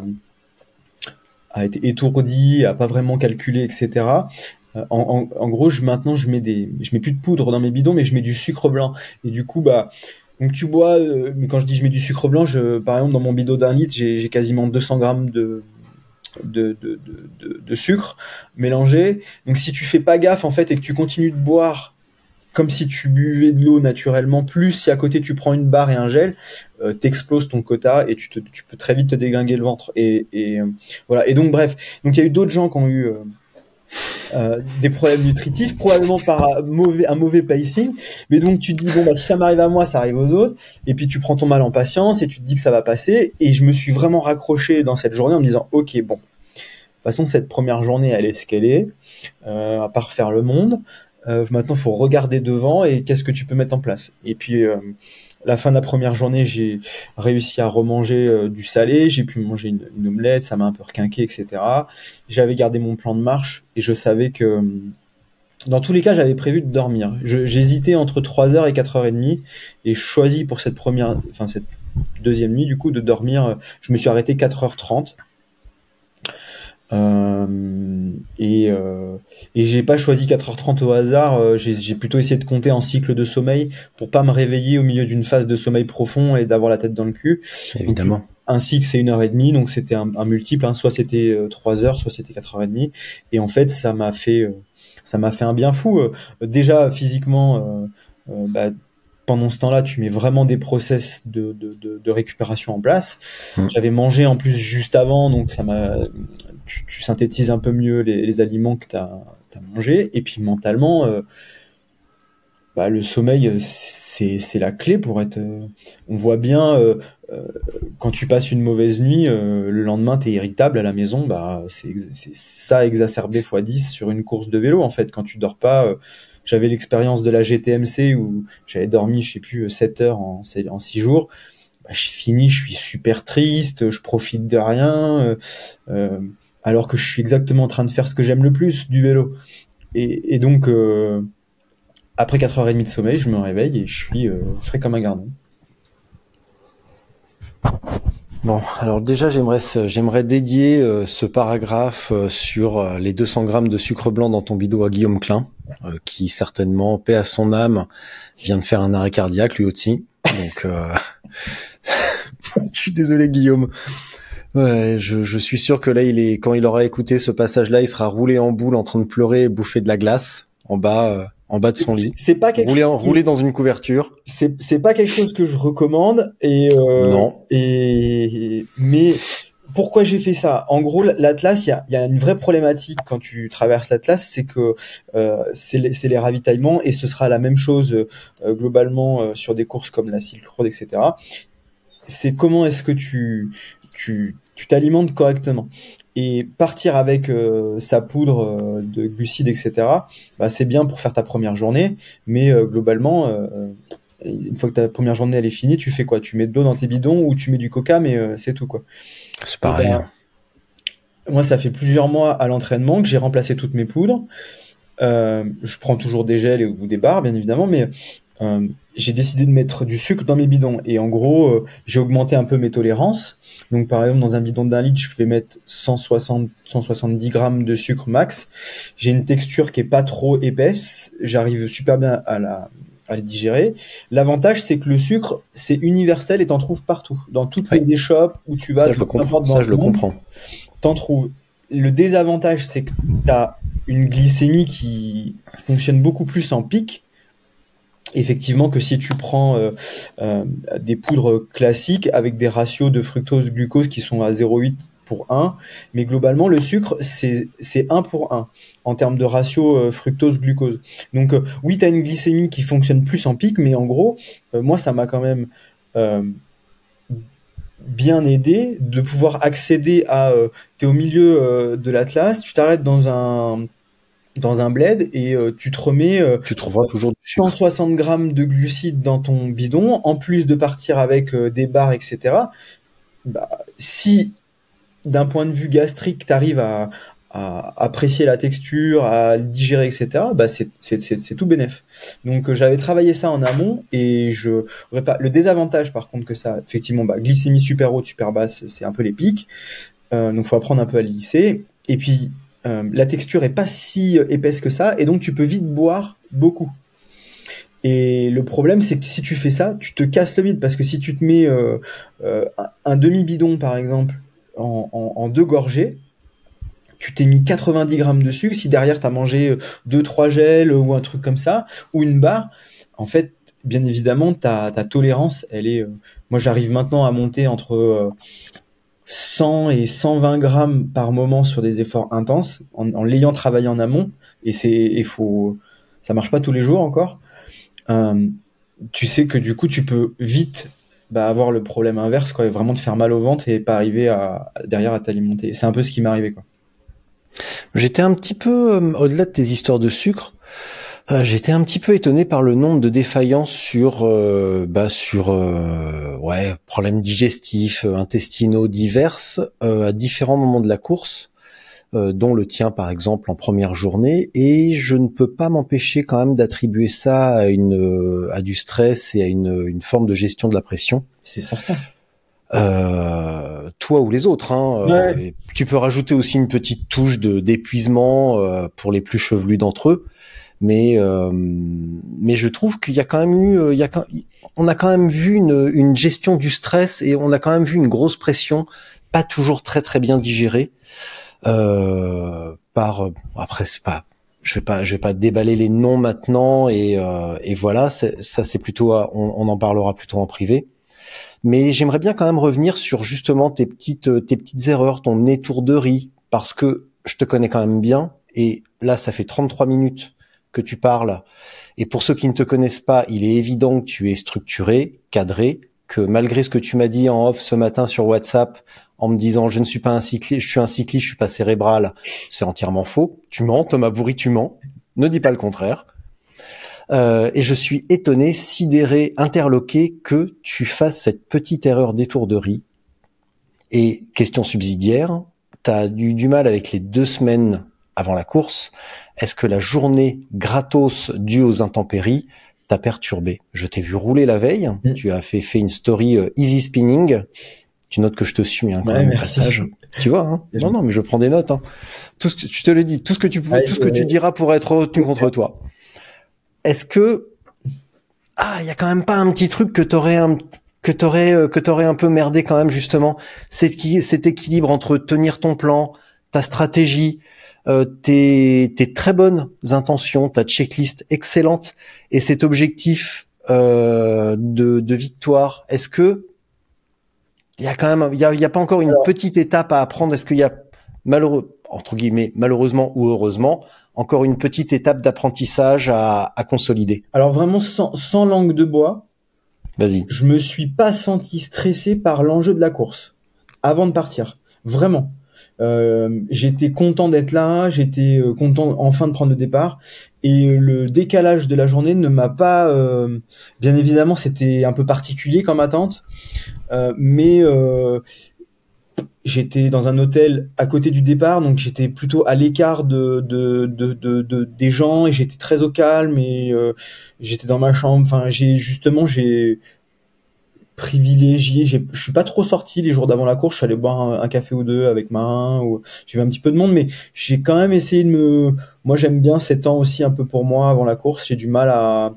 S4: à être étourdi, à pas vraiment calculer, et cetera. Euh, en, en, en gros, je, maintenant, je mets des, je mets plus de poudre dans mes bidons, mais je mets du sucre blanc. Et du coup, bah, donc tu bois. Euh, mais quand je dis je mets du sucre blanc, je, par exemple, dans mon bidon d'un litre, j'ai, j'ai quasiment deux cents grammes de De, de, de, de, de sucre mélangé. Donc si tu fais pas gaffe en fait et que tu continues de boire comme si tu buvais de l'eau naturellement, plus si à côté tu prends une barre et un gel, euh, t'exploses ton quota et tu, te, tu peux très vite te déglinguer le ventre. Et, et euh, voilà. Et donc bref, donc il y a eu d'autres gens qui ont eu euh, euh, des problèmes nutritifs, probablement par mauvais, un mauvais pacing. Mais donc tu te dis bon bah si ça m'arrive à moi, ça arrive aux autres. Et puis tu prends ton mal en patience et tu te dis que ça va passer. Et je me suis vraiment raccroché dans cette journée en me disant ok bon, de toute façon cette première journée elle est ce qu'elle est, euh, à part faire le monde. Euh, maintenant il faut regarder devant et qu'est-ce que tu peux mettre en place. Et puis euh, la fin de la première journée, j'ai réussi à remanger euh, du salé, j'ai pu manger une, une omelette, ça m'a un peu requinqué, et cetera. J'avais gardé mon plan de marche et je savais que dans tous les cas, j'avais prévu de dormir. Je, j'hésitais entre trois heures et quatre heures trente et je choisis pour cette première, enfin cette deuxième nuit du coup de dormir. Je me suis arrêté quatre heures trente. Euh, et, euh, et j'ai pas choisi quatre heures trente au hasard, euh, j'ai, j'ai plutôt essayé de compter en cycle de sommeil pour pas me réveiller au milieu d'une phase de sommeil profond et d'avoir la tête dans le cul.
S3: Évidemment.
S4: Donc, un cycle c'est une heure et demie, donc c'était un, un multiple, hein, soit c'était euh, trois heures, soit c'était quatre heures trente. Et en fait, ça m'a fait, euh, ça m'a fait un bien fou. Euh, déjà physiquement, euh, euh, bah, pendant ce temps-là, tu mets vraiment des process de, de, de, de récupération en place. Mmh. J'avais mangé en plus juste avant, donc ça m'a, tu, tu synthétises un peu mieux les, les aliments que tu as mangés. Et puis mentalement, euh, bah, le sommeil, c'est, c'est la clé pour être. Euh, on voit bien, euh, euh, quand tu passes une mauvaise nuit, euh, le lendemain, tu es irritable à la maison. Bah, c'est, c'est ça exacerbé fois dix sur une course de vélo, en fait. Quand tu dors pas. Euh, J'avais l'expérience de la G T M C où j'avais dormi, je sais plus, sept heures en, en six jours. Bah, je finis, je suis super triste, je profite de rien, euh, euh, alors que je suis exactement en train de faire ce que j'aime le plus, du vélo. Et, et donc, euh, après quatre heures trente de sommeil, je me réveille et je suis euh, frais comme un gardon.
S3: Bon, alors déjà, j'aimerais, j'aimerais dédier euh, ce paragraphe euh, sur euh, les deux cents grammes de sucre blanc dans ton bidon à Guillaume Klein, euh, qui certainement, paix à son âme, vient de faire un arrêt cardiaque lui aussi. Donc, euh... je suis désolé Guillaume. Ouais, je, je suis sûr que là, il est, quand il aura écouté ce passage-là, il sera roulé en boule en train de pleurer et bouffer de la glace en bas. Euh... en bas de son lit.
S4: C'est pas quelque
S3: rouler,
S4: chose.
S3: En, rouler dans une couverture.
S4: C'est c'est pas quelque chose que je recommande et euh,
S3: non.
S4: Et mais pourquoi j'ai fait ça? En gros, l'Atlas, il y a il y a une vraie problématique quand tu traverses l'Atlas, c'est que euh, c'est les c'est les ravitaillements et ce sera la même chose euh, globalement euh, sur des courses comme la Silk Road, et cetera. C'est comment est-ce que tu tu tu t'alimentes correctement. Et partir avec euh, sa poudre euh, de glucides, et cetera, bah, c'est bien pour faire ta première journée, mais euh, globalement, euh, une fois que ta première journée elle est finie, tu fais quoi? Tu mets de l'eau dans tes bidons ou tu mets du coca, mais euh, c'est tout, quoi.
S3: C'est pareil.
S4: Bah, moi, ça fait plusieurs mois à l'entraînement que j'ai remplacé toutes mes poudres. Euh, je prends toujours des gels ou des barres, bien évidemment, mais euh, j'ai décidé de mettre du sucre dans mes bidons. Et en gros, euh, j'ai augmenté un peu mes tolérances. Donc, par exemple, dans un bidon d'un litre, je vais mettre cent soixante, cent soixante-dix grammes de sucre max. J'ai une texture qui est pas trop épaisse. J'arrive super bien à la, à les digérer. L'avantage, c'est que le sucre, c'est universel et t'en trouves partout. Dans toutes ouais. les échoppes où tu vas.
S3: Ça, je le comprends. Ça, je le comprends.
S4: T'en trouves. Le désavantage, c'est que t'as une glycémie qui fonctionne beaucoup plus en pic. Effectivement, que si tu prends euh, euh, des poudres classiques avec des ratios de fructose-glucose qui sont à zéro virgule huit pour un, mais globalement, le sucre, c'est, c'est un pour un en termes de ratio euh, fructose-glucose. Donc, euh, oui, tu as une glycémie qui fonctionne plus en pic, mais en gros, euh, moi, ça m'a quand même euh, bien aidé de pouvoir accéder à... Euh, tu es au milieu euh, de l'Atlas, tu t'arrêtes dans un... dans un bled et euh, tu te remets euh,
S3: tu trouveras toujours du sucre.
S4: cent soixante grammes de glucides dans ton bidon, en plus de partir avec euh, des barres, et cetera. Bah, si d'un point de vue gastrique, tu arrives à, à apprécier la texture, à le digérer, et cetera, bah, c'est, c'est, c'est, c'est tout bénef. Donc euh, j'avais travaillé ça en amont et je le désavantage par contre que ça, effectivement, bah, glycémie super haute, super basse, c'est un peu les pics. Euh, donc il faut apprendre un peu à les lisser. Et puis Euh, la texture est pas si épaisse que ça et donc tu peux vite boire beaucoup. Et le problème, c'est que si tu fais ça, tu te casses le bide parce que si tu te mets euh, euh, un, un demi-bidon par exemple en, en, en deux gorgées, tu t'es mis quatre-vingt-dix grammes de sucre. Si derrière t'as mangé deux trois gels ou un truc comme ça ou une barre, en fait, bien évidemment, ta, ta tolérance, elle est. Euh, moi, j'arrive maintenant à monter entre euh, cent et cent vingt grammes par moment sur des efforts intenses en, en l'ayant travaillé en amont et c'est il faut ça marche pas tous les jours encore. Euh, tu sais que du coup tu peux vite bah, avoir le problème inverse quoi, et vraiment te faire mal au ventre et pas arriver à derrière à t'alimenter. C'est un peu ce qui m'est arrivé quoi.
S3: J'étais un petit peu euh, au-delà de tes histoires de sucre. Euh, j'étais un petit peu étonné par le nombre de défaillances sur, euh, bah sur, euh, ouais, problèmes digestifs, euh, intestinaux diverses euh, à différents moments de la course. euh, dont le tien par exemple en première journée, et je ne peux pas m'empêcher quand même d'attribuer ça à une à du stress et à une, une forme de gestion de la pression.
S4: C'est certain.
S3: Euh, toi ou les autres, hein.
S4: Ouais.
S3: Euh, tu peux rajouter aussi une petite touche de d'épuisement euh, pour les plus chevelus d'entre eux, mais euh, mais je trouve qu'il y a quand même eu, il y a quand, on a quand même vu une, une gestion du stress et on a quand même vu une grosse pression, pas toujours très très bien digérée. Euh, par après c'est pas, je vais pas je vais pas déballer les noms maintenant et euh, et voilà, c'est, ça c'est plutôt à, on, on en parlera plutôt en privé. Mais j'aimerais bien quand même revenir sur justement tes petites tes petites erreurs, ton étourderie, parce que je te connais quand même bien et là ça fait trente-trois minutes que tu parles, et pour ceux qui ne te connaissent pas, il est évident que tu es structuré, cadré, que malgré ce que tu m'as dit en off ce matin sur WhatsApp en me disant je ne suis pas un cycliste, je suis un cycliste, je suis pas cérébral, c'est entièrement faux. Tu mens, Thomas Bourri, tu mens. Ne dis pas le contraire. Euh, et je suis étonné, sidéré, interloqué que tu fasses cette petite erreur d'étourderie. Et question subsidiaire, t'as eu du mal avec les deux semaines avant la course. Est-ce que la journée gratos due aux intempéries t'a perturbé? Je t'ai vu rouler la veille. Mmh. Tu as fait, fait une story euh, easy spinning. Tu notes que je te suis, hein, quand
S4: ouais,
S3: même,
S4: merci.
S3: passage. Tu vois, hein. Non, non, mais je prends des notes, hein. Tout ce que, tu te le dis, tout ce que tu, ouais, tout ce que tu diras pourrait être retenu contre toi. Est-ce que, ah, il y a quand même pas un petit truc que t'aurais un, que t'aurais, euh, que t'aurais un peu merdé quand même, justement. C'est qui, cet équilibre entre tenir ton plan, ta stratégie, euh, tes, tes très bonnes intentions, ta checklist excellente et cet objectif, euh, de, de victoire. Est-ce que, il y a quand même, il y a, il y a pas encore une Alors, petite étape à apprendre. Est-ce qu'il y a malheureux, entre guillemets, malheureusement ou heureusement, encore une petite étape d'apprentissage à, à consolider?
S4: Alors vraiment, sans, sans langue de bois,
S3: vas-y.
S4: Je me suis pas senti stressé par l'enjeu de la course avant de partir. Vraiment. Euh, j'étais content d'être là, j'étais content enfin de prendre le départ, et le décalage de la journée ne m'a pas, euh, bien évidemment c'était un peu particulier comme attente, euh, mais euh, j'étais dans un hôtel à côté du départ, donc j'étais plutôt à l'écart de, de, de, de, de des gens, et j'étais très au calme, et euh, j'étais dans ma chambre. Enfin, j'ai justement j'ai privilégié, j'ai, je suis pas trop sorti les jours d'avant la course, je suis allé boire un, un café ou deux avec Marin, ou j'ai vu un petit peu de monde, mais j'ai quand même essayé de me, moi j'aime bien ces temps aussi un peu pour moi avant la course. J'ai du mal à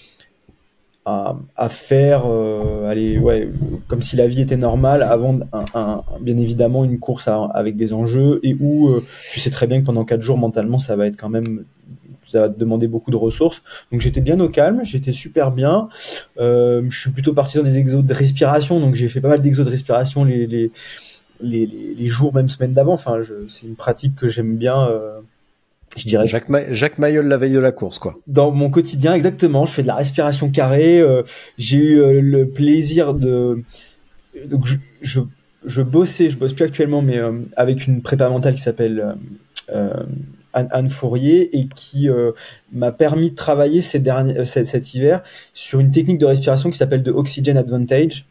S4: à, à faire, euh, allez, ouais, comme si la vie était normale avant un, un, bien évidemment une course à, avec des enjeux, et où euh, tu sais très bien que pendant quatre jours mentalement ça va être quand même, ça va te demander beaucoup de ressources. Donc j'étais bien au calme, j'étais super bien. Euh, je suis plutôt parti dans des exos de respiration, donc j'ai fait pas mal d'exos de respiration les les les, les jours, même semaines d'avant. Enfin, je, c'est une pratique que j'aime bien. Euh, je dirais.
S3: Jacques, Ma- Jacques Mayol la veille de la course, quoi.
S4: Dans mon quotidien, exactement. Je fais de la respiration carrée. Euh, j'ai eu euh, le plaisir de. Donc je, je je bossais, je bosse plus actuellement, mais euh, avec une prépa mentale qui s'appelle euh, Anne, Anne Fourier, et qui euh, m'a permis de travailler ces derniers, euh, cet, cet hiver sur une technique de respiration qui s'appelle de Oxygen Advantage,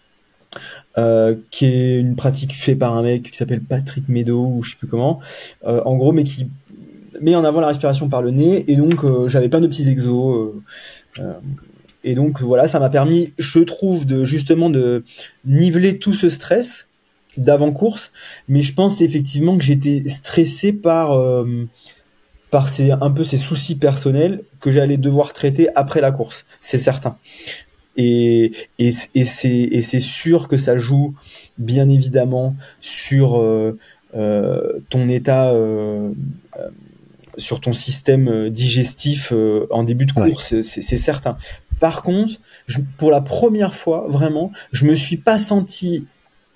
S4: euh, qui est une pratique faite par un mec qui s'appelle Patrick Meadow, ou je sais plus comment, euh, en gros, mais qui met en avant la respiration par le nez. Et donc euh, j'avais plein de petits exos, euh, euh, et donc voilà, ça m'a permis, je trouve, de justement de niveler tout ce stress d'avant-course. Mais je pense effectivement que j'étais stressé par euh, par ces, un peu ces soucis personnels que j'allais devoir traiter après la course, c'est certain. Et, et, et, c'est, et c'est sûr que ça joue bien évidemment sur euh, euh, ton état, euh, euh, sur ton système digestif euh, en début de course, ouais. c'est, c'est certain. Par contre, je, pour la première fois, vraiment, je me suis pas senti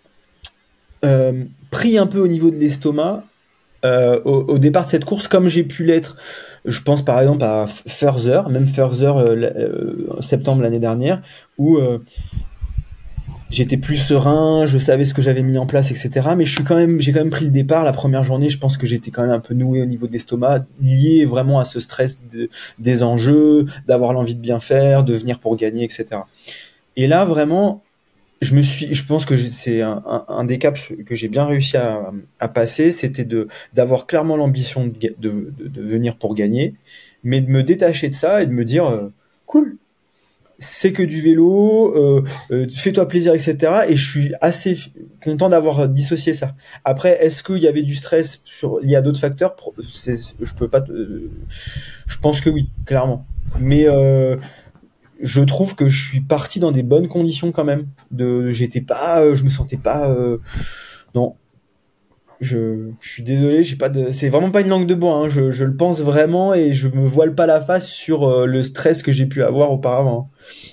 S4: Euh, pris un peu au niveau de l'estomac euh, au, au départ de cette course, comme j'ai pu l'être, je pense par exemple à Further, même Further euh, euh, septembre l'année dernière, où euh, j'étais plus serein, je savais ce que j'avais mis en place, et cetera. Mais je suis quand même, j'ai quand même pris le départ la première journée. Je pense que j'étais quand même un peu noué au niveau de l'estomac, lié vraiment à ce stress de, des enjeux, d'avoir l'envie de bien faire, de venir pour gagner, et cetera. Et là vraiment, je me suis, je pense que j'ai- c'est un, un, un des caps que j'ai bien réussi à, à passer, c'était de d'avoir clairement l'ambition de, ga- de, de, de venir pour gagner, mais de me détacher de ça et de me dire euh, cool, c'est que du vélo, euh, euh, fais-toi plaisir, et cetera. Et je suis assez f- content d'avoir dissocié ça. Après, est-ce qu'il y avait du stress sur, lié à d'autres facteurs? Pro- c'est, je peux pas, te- euh, je pense que oui, clairement. Mais euh, je trouve que je suis parti dans des bonnes conditions quand même. De, j'étais pas, euh, je me sentais pas, euh, non. Je, je suis désolé, j'ai pas de, c'est vraiment pas une langue de bois. Hein, je, je le pense vraiment et je me voile pas la face sur euh, le stress que j'ai pu avoir auparavant.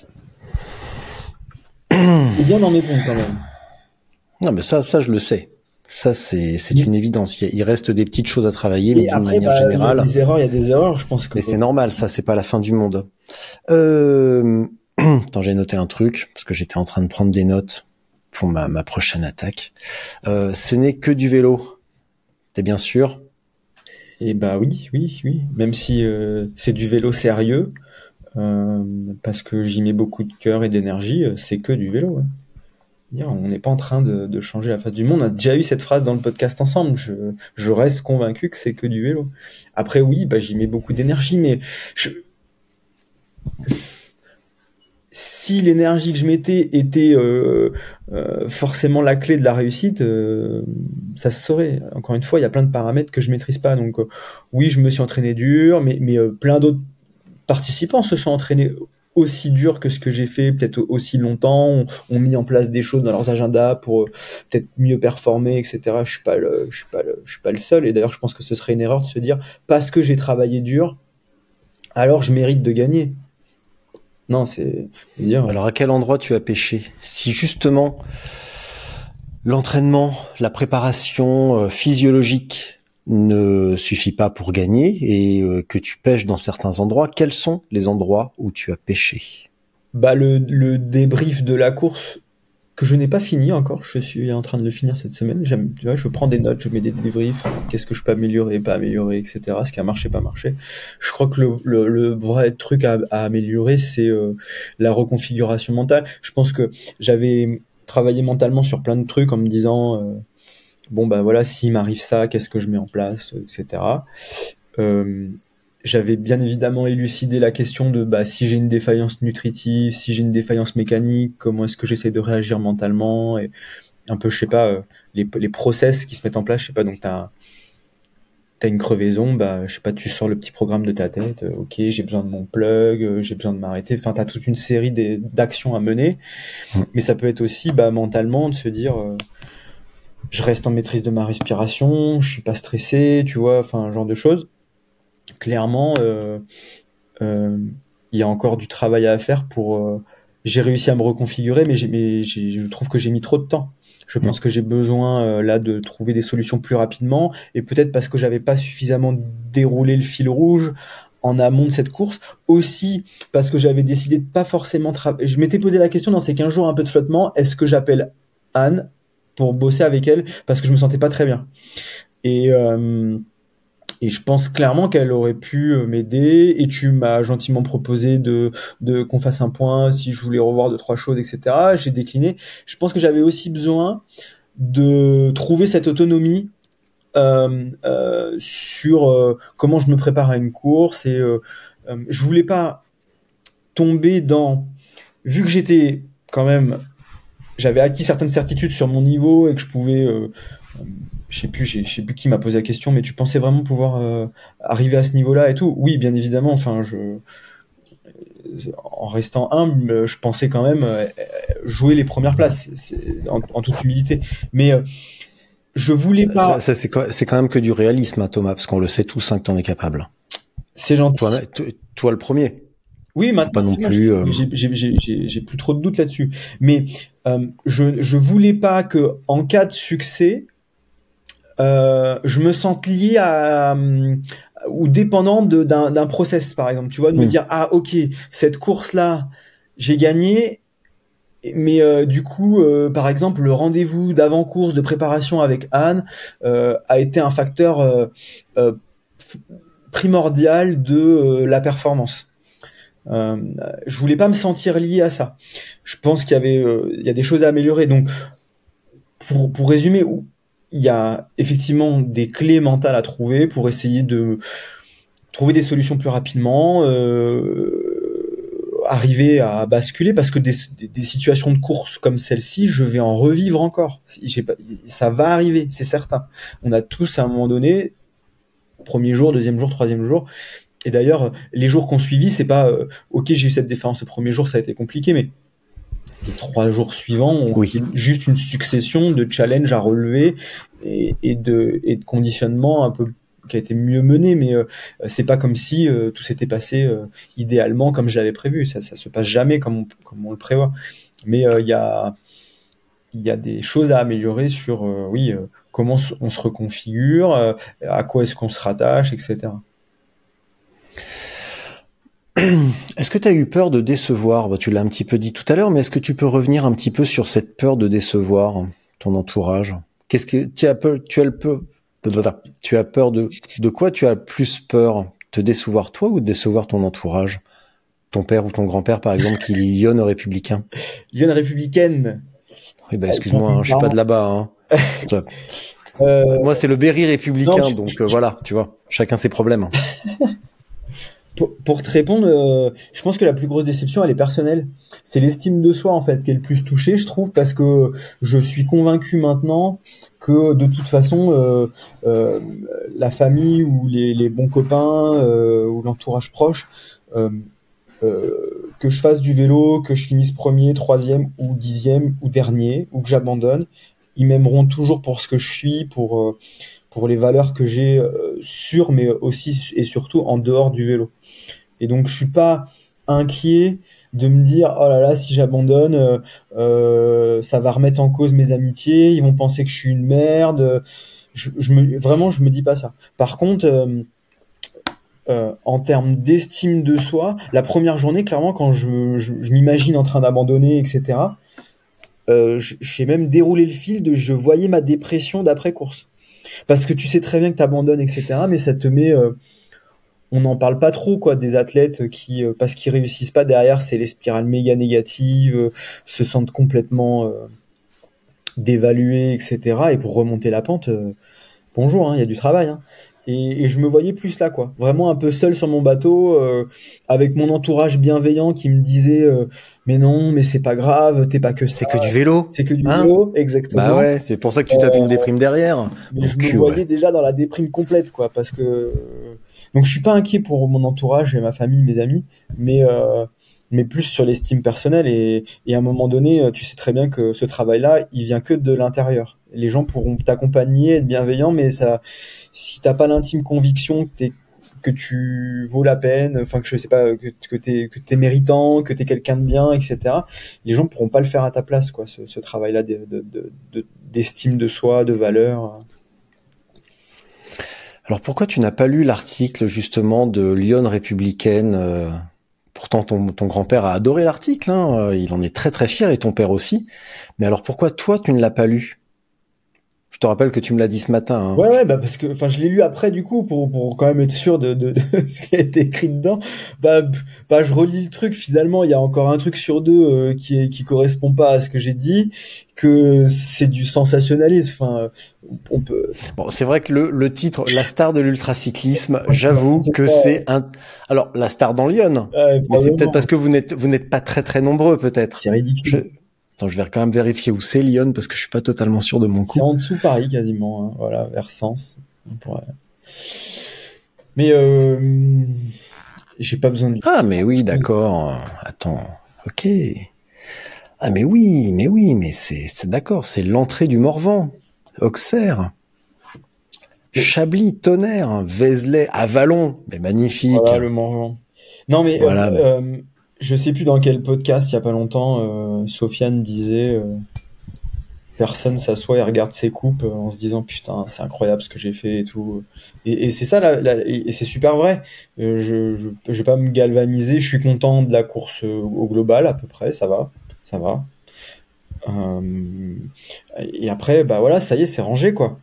S4: C'est bien d'en répondre quand même.
S3: Non, mais ça, ça, je le sais. Ça, c'est, c'est
S4: Mm.
S3: une évidence. Il, y a- il reste des petites choses à travailler, mais
S4: Et
S3: d'une
S4: après,
S3: manière
S4: bah, il y a
S3: générale.
S4: des erreurs, il y a des erreurs. Je pense que
S3: Mais c'est normal, ça, c'est pas la fin du monde. Euh... Attends, j'ai noté un truc, parce que j'étais en train de prendre des notes pour ma, ma prochaine attaque. Euh, ce n'est que du vélo. T'es bien sûr?
S4: et bah oui, oui, oui. Même si euh, c'est du vélo sérieux, euh, parce que j'y mets beaucoup de cœur et d'énergie, euh, c'est que du vélo. Ouais. Dire, on n'est pas en train de, de changer la face du monde. On a déjà eu cette phrase dans le podcast ensemble. Je, je reste convaincu que c'est que du vélo. Après, oui, bah, j'y mets beaucoup d'énergie, mais je, si l'énergie que je mettais était euh, euh, forcément la clé de la réussite, euh, ça se saurait. Encore une fois, il y a plein de paramètres que je maîtrise pas. Donc, euh, oui, je me suis entraîné dur, mais, mais euh, plein d'autres participants se sont entraînés aussi dur que ce que j'ai fait, peut-être aussi longtemps, ont, ont mis en place des choses dans leurs agendas pour euh, peut-être mieux performer, et cetera. Je suis pas le, je suis pas le, je suis pas le seul. Et d'ailleurs, je pense que ce serait une erreur de se dire parce que j'ai travaillé dur, alors je mérite de gagner. Non, c'est dire.
S3: Alors, à quel endroit tu as pêché? Si justement, l'entraînement, la préparation euh, physiologique ne suffit pas pour gagner et euh, que tu pêches dans certains endroits, quels sont les endroits où tu as pêché?
S4: Bah le, le débrief de la course que je n'ai pas fini encore, je suis en train de le finir cette semaine. J'aime, tu vois, je prends des notes, je mets des débriefs, qu'est-ce que je peux améliorer, pas améliorer, et cetera. Ce qui a marché, pas marché. Je crois que le, le, le vrai truc à, à améliorer, c'est euh, la reconfiguration mentale. Je pense que j'avais travaillé mentalement sur plein de trucs en me disant, euh, bon bah voilà, s'il m'arrive ça, qu'est-ce que je mets en place, et cetera. Euh, J'avais bien évidemment élucidé la question de bah, si j'ai une défaillance nutritive, si j'ai une défaillance mécanique, comment est-ce que j'essaie de réagir mentalement et un peu, je sais pas, euh, les, les process qui se mettent en place, je sais pas, donc t'as t'as une crevaison, bah, je sais pas, tu sors le petit programme de ta tête, euh, ok, j'ai besoin de mon plug, euh, j'ai besoin de m'arrêter, enfin, t'as toute une série des- d'actions à mener, mais ça peut être aussi bah, mentalement de se dire, euh, je reste en maîtrise de ma respiration, je suis pas stressé, tu vois, enfin, un genre de choses. Clairement, euh, euh, il y a encore du travail à faire pour. Euh, j'ai réussi à me reconfigurer, mais, j'ai, mais j'ai- je trouve que j'ai mis trop de temps. Je pense que j'ai besoin euh, là de trouver des solutions plus rapidement, et peut-être parce que j'avais pas suffisamment déroulé le fil rouge en amont de cette course, aussi parce que j'avais décidé de pas forcément travailler. Je m'étais posé la question dans ces quinze jours un peu de flottement, est-ce que j'appelle Anne pour bosser avec elle parce que je me sentais pas très bien. Et euh, et je pense clairement qu'elle aurait pu euh, m'aider. Et tu m'as gentiment proposé de, de qu'on fasse un point si je voulais revoir deux, trois choses, et cetera. J'ai décliné. Je pense que j'avais aussi besoin de trouver cette autonomie euh, euh, sur euh, comment je me prépare à une course. Et euh, euh, je voulais pas tomber dans... Vu que j'étais quand même... J'avais acquis certaines certitudes sur mon niveau et que je pouvais... Euh, je sais plus, je sais plus qui m'a posé la question, mais tu pensais vraiment pouvoir euh, arriver à ce niveau-là et tout? Oui, bien évidemment. Enfin, je, en restant humble, je pensais quand même euh, jouer les premières places, c'est, en, en toute humilité. Mais euh, je voulais
S3: Ça,
S4: pas.
S3: ça, ça, c'est, quand, c'est quand même que du réalisme, hein, Thomas, parce qu'on le sait tous hein, que t'en es capable.
S4: C'est gentil.
S3: Toi, toi, toi le premier.
S4: Oui,
S3: Faut
S4: maintenant,
S3: pas non
S4: c'est bon,
S3: plus. Euh...
S4: j'ai, j'ai, j'ai, j'ai, j'ai plus trop de doutes là-dessus. Mais euh, je, je voulais pas que, en cas de succès, euh, je me sente lié à euh, ou dépendant de, d'un, d'un process, par exemple. Tu vois, de me
S3: Mm.
S4: dire ah ok, cette course-là, j'ai gagné, mais euh, du coup, euh, par exemple, le rendez-vous d'avant-course de préparation avec Anne euh, a été un facteur euh, euh, primordial de euh, la performance. Euh, je voulais pas me sentir lié à ça. Je pense qu'il y avait, euh, il y a des choses à améliorer. Donc, pour, pour résumer, il y a effectivement des clés mentales à trouver pour essayer de trouver des solutions plus rapidement, euh, arriver à basculer, parce que des, des, des situations de course comme celle-ci, je vais en revivre encore. J'ai pas, ça va arriver, c'est certain. On a tous à un moment donné, premier jour, deuxième jour, troisième jour. Et d'ailleurs, les jours qu'on suivit, c'est pas euh, ok, j'ai eu cette défense le premier jour, ça a été compliqué, mais les trois jours suivants, on
S3: Oui.
S4: juste une succession de challenges à relever et, et de et de conditionnement un peu qui a été mieux mené, mais euh, c'est pas comme si euh, tout s'était passé euh, idéalement comme je l'avais prévu. Ça, ça se passe jamais comme on, comme on le prévoit. Mais il euh, y a il y a des choses à améliorer sur euh, oui euh, comment on se reconfigure, euh, à quoi est-ce qu'on se rattache, et cetera.
S3: Est-ce que tu as eu peur de décevoir ? Bah, tu l'as un petit peu dit tout à l'heure, mais est-ce que tu peux revenir un petit peu sur cette peur de décevoir ton entourage ? Qu'est-ce que tu as peur, tu as le peur, tu as peur de, de quoi tu as le plus peur ? Te décevoir toi ou de décevoir ton entourage ? Ton père ou ton grand-père, par exemple, qui lionne républicain ?
S4: Lionne républicaine.
S3: Oui, bah, excuse-moi, hein, je suis pas de là-bas, hein. euh... Moi, c'est le Berry républicain, non, je, donc je, euh, voilà, tu vois, chacun ses problèmes.
S4: Pour, pour te répondre, euh, je pense que la plus grosse déception, elle est personnelle. C'est l'estime de soi, en fait, qui est le plus touchée, je trouve, parce que je suis convaincu maintenant que, de toute façon, euh, euh, la famille ou les, les bons copains euh, ou l'entourage proche, euh, euh, que je fasse du vélo, que je finisse premier, troisième ou dixième ou dernier, ou que j'abandonne, ils m'aimeront toujours pour ce que je suis, pour... Euh, pour les valeurs que j'ai euh, sur, mais aussi et surtout en dehors du vélo. Et donc, je suis pas inquiet de me dire, oh là là, si j'abandonne, euh, euh, ça va remettre en cause mes amitiés, ils vont penser que je suis une merde. Je, je me, vraiment, je me dis pas ça. Par contre, euh, euh, en termes d'estime de soi, la première journée, clairement, quand je, je, je m'imagine en train d'abandonner, et cetera, euh, j'ai même déroulé le fil de, je voyais ma dépression d'après-course. Parce que tu sais très bien que tu abandonnes, et cetera, mais ça te met... Euh, on n'en parle pas trop, quoi, des athlètes qui, euh, parce qu'ils réussissent pas derrière, c'est les spirales méga négatives, euh, se sentent complètement euh, dévalués, et cetera. Et pour remonter la pente, euh, bonjour, il hein, y a du travail. Hein. Et, et je me voyais plus là, quoi. Vraiment un peu seul sur mon bateau, euh, avec mon entourage bienveillant qui me disait euh, mais non, mais c'est pas grave, t'es pas que ça.
S3: C'est que du vélo.
S4: C'est que du
S3: hein
S4: vélo, exactement.
S3: Bah ouais, c'est pour ça que tu tapes euh, une déprime derrière.
S4: Mais donc, je me voyais ouais. déjà dans la déprime complète, quoi, parce que donc je suis pas inquiet pour mon entourage et ma famille, mes amis, mais euh, mais plus sur l'estime personnelle et, et à un moment donné, tu sais très bien que ce travail-là, il vient que de l'intérieur. Les gens pourront t'accompagner, être bienveillants, mais ça, si t'as pas l'intime conviction que t'es, que tu vaux la peine, enfin que je sais pas, que, que t'es, que t'es méritant, que t'es quelqu'un de bien, et cetera. Les gens pourront pas le faire à ta place, quoi, ce, ce travail-là de, de, de, de, d'estime de soi, de valeur.
S3: Alors pourquoi tu n'as pas lu l'article justement de Lionne républicaine euh... Pourtant, ton, ton grand-père a adoré l'article, hein. Il en est très très fier et ton père aussi. Mais alors pourquoi toi tu ne l'as pas lu ? Je te rappelle que tu me l'as dit ce matin. Hein.
S4: Ouais, ouais, bah parce que, enfin, je l'ai lu après du coup pour pour quand même être sûr de, de, de ce qui a été écrit dedans. Bah, bah, je relis le truc. Finalement, il y a encore un truc sur deux euh, qui est qui correspond pas à ce que j'ai dit. Que c'est du sensationnalisme. Enfin, on peut.
S3: Bon, c'est vrai que le le titre, la star de l'ultracyclisme, j'avoue que pas... c'est un. Alors, la star dans Lyon. Ouais, mais c'est peut-être parce que vous n'êtes vous n'êtes pas très très nombreux, peut-être.
S4: C'est ridicule.
S3: Je... Attends, je vais quand même vérifier où c'est Lyon parce que je suis pas totalement sûr de mon coup.
S4: C'est en dessous Paris quasiment, hein. Voilà, vers Sens. Pourrait... Mais euh, j'ai pas besoin de.
S3: Ah mais oui, d'accord. Attends, ok. Ah mais oui, mais oui, mais c'est, c'est d'accord, c'est l'entrée du Morvan, Auxerre, Chablis, Tonnerre, Vézelay, Avallon, mais magnifique.
S4: Voilà le Morvan. Non mais. Voilà, euh, mais... Euh, je sais plus dans quel podcast, il y a pas longtemps, euh, Sofiane disait euh, personne s'assoit et regarde ses coupes euh, en se disant putain c'est incroyable ce que j'ai fait et tout. Et, et c'est ça, la, la, et c'est super vrai. Euh, je, je, je vais pas me galvaniser. Je suis content de la course euh, au global à peu près, ça va, ça va. Euh, et après, bah voilà, ça y est, c'est rangé quoi.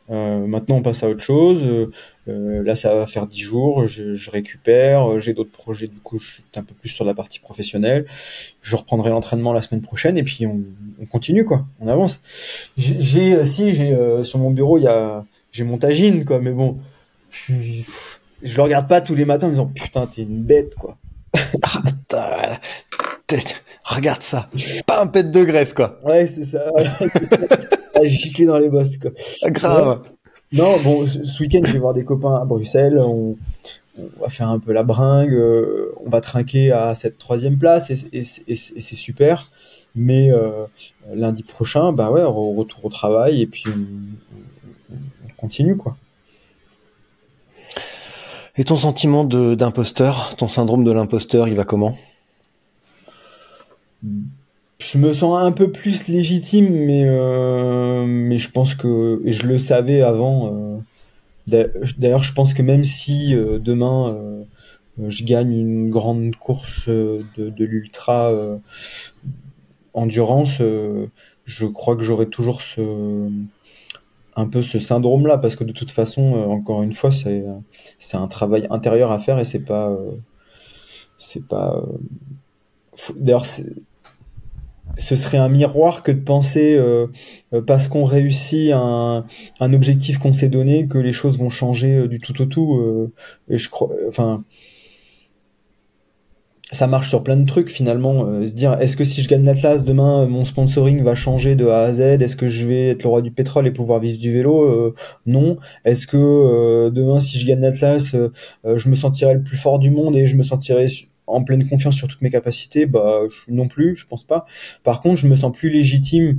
S4: Euh, maintenant, on passe à autre chose. Euh, euh, là, ça va faire dix jours. Je, je récupère. euh, J'ai d'autres projets. Du coup, je suis un peu plus sur la partie professionnelle. Je reprendrai l'entraînement la semaine prochaine et puis on, on continue, quoi. On avance. J'ai, j'ai euh, si, j'ai euh, sur mon bureau, il y a, j'ai mon tagine, quoi. Mais bon, je, suis- je le regarde pas tous les matins en me disant putain, t'es une bête, quoi.
S3: Ah, t'as- t'es- regarde ça. Pas un pet de graisse, quoi.
S4: Ouais, c'est ça. Ouais. À gicler dans les bosses, quoi.
S3: Ah,
S4: Ouais.
S3: grave.
S4: Non, bon, ce ce week-end, je vais voir des copains à Bruxelles. On, on va faire un peu la bringue. euh, on va trinquer à cette troisième place et, et- et- et c'est super. Mais euh, lundi prochain, bah ouais, re- retour au travail et puis on, on- on continue, quoi.
S3: Et ton sentiment de, d'imposteur, ton syndrome de l'imposteur, il va comment?
S4: Je me sens un peu plus légitime, mais, euh, mais je pense que, et je le savais avant. euh, d'a- D'ailleurs, je pense que même si euh, demain euh, je gagne une grande course euh, de, de l'ultra euh, endurance, euh, je crois que j'aurai toujours ce, un peu ce syndrome-là, parce que de toute façon, euh, encore une fois, c'est, c'est un travail intérieur à faire et c'est pas, euh, c'est pas. euh, faut- D'ailleurs, c'est- ce serait un miroir que de penser, euh, euh, parce qu'on réussit un, un objectif qu'on s'est donné, que les choses vont changer euh, du tout au tout. euh, et je crois, enfin, ça marche sur plein de trucs finalement. Euh, se dire, est-ce que si je gagne l'Atlas demain, euh, mon sponsoring va changer de A à Z? Est-ce que je vais être le roi du pétrole et pouvoir vivre du vélo? Euh, Non. Est-ce que euh, demain, si je gagne l'Atlas, euh, euh, je me sentirai le plus fort du monde et je me sentirai su- en pleine confiance sur toutes mes capacités? Bah je- non plus, je pense pas. Par contre, je me sens plus légitime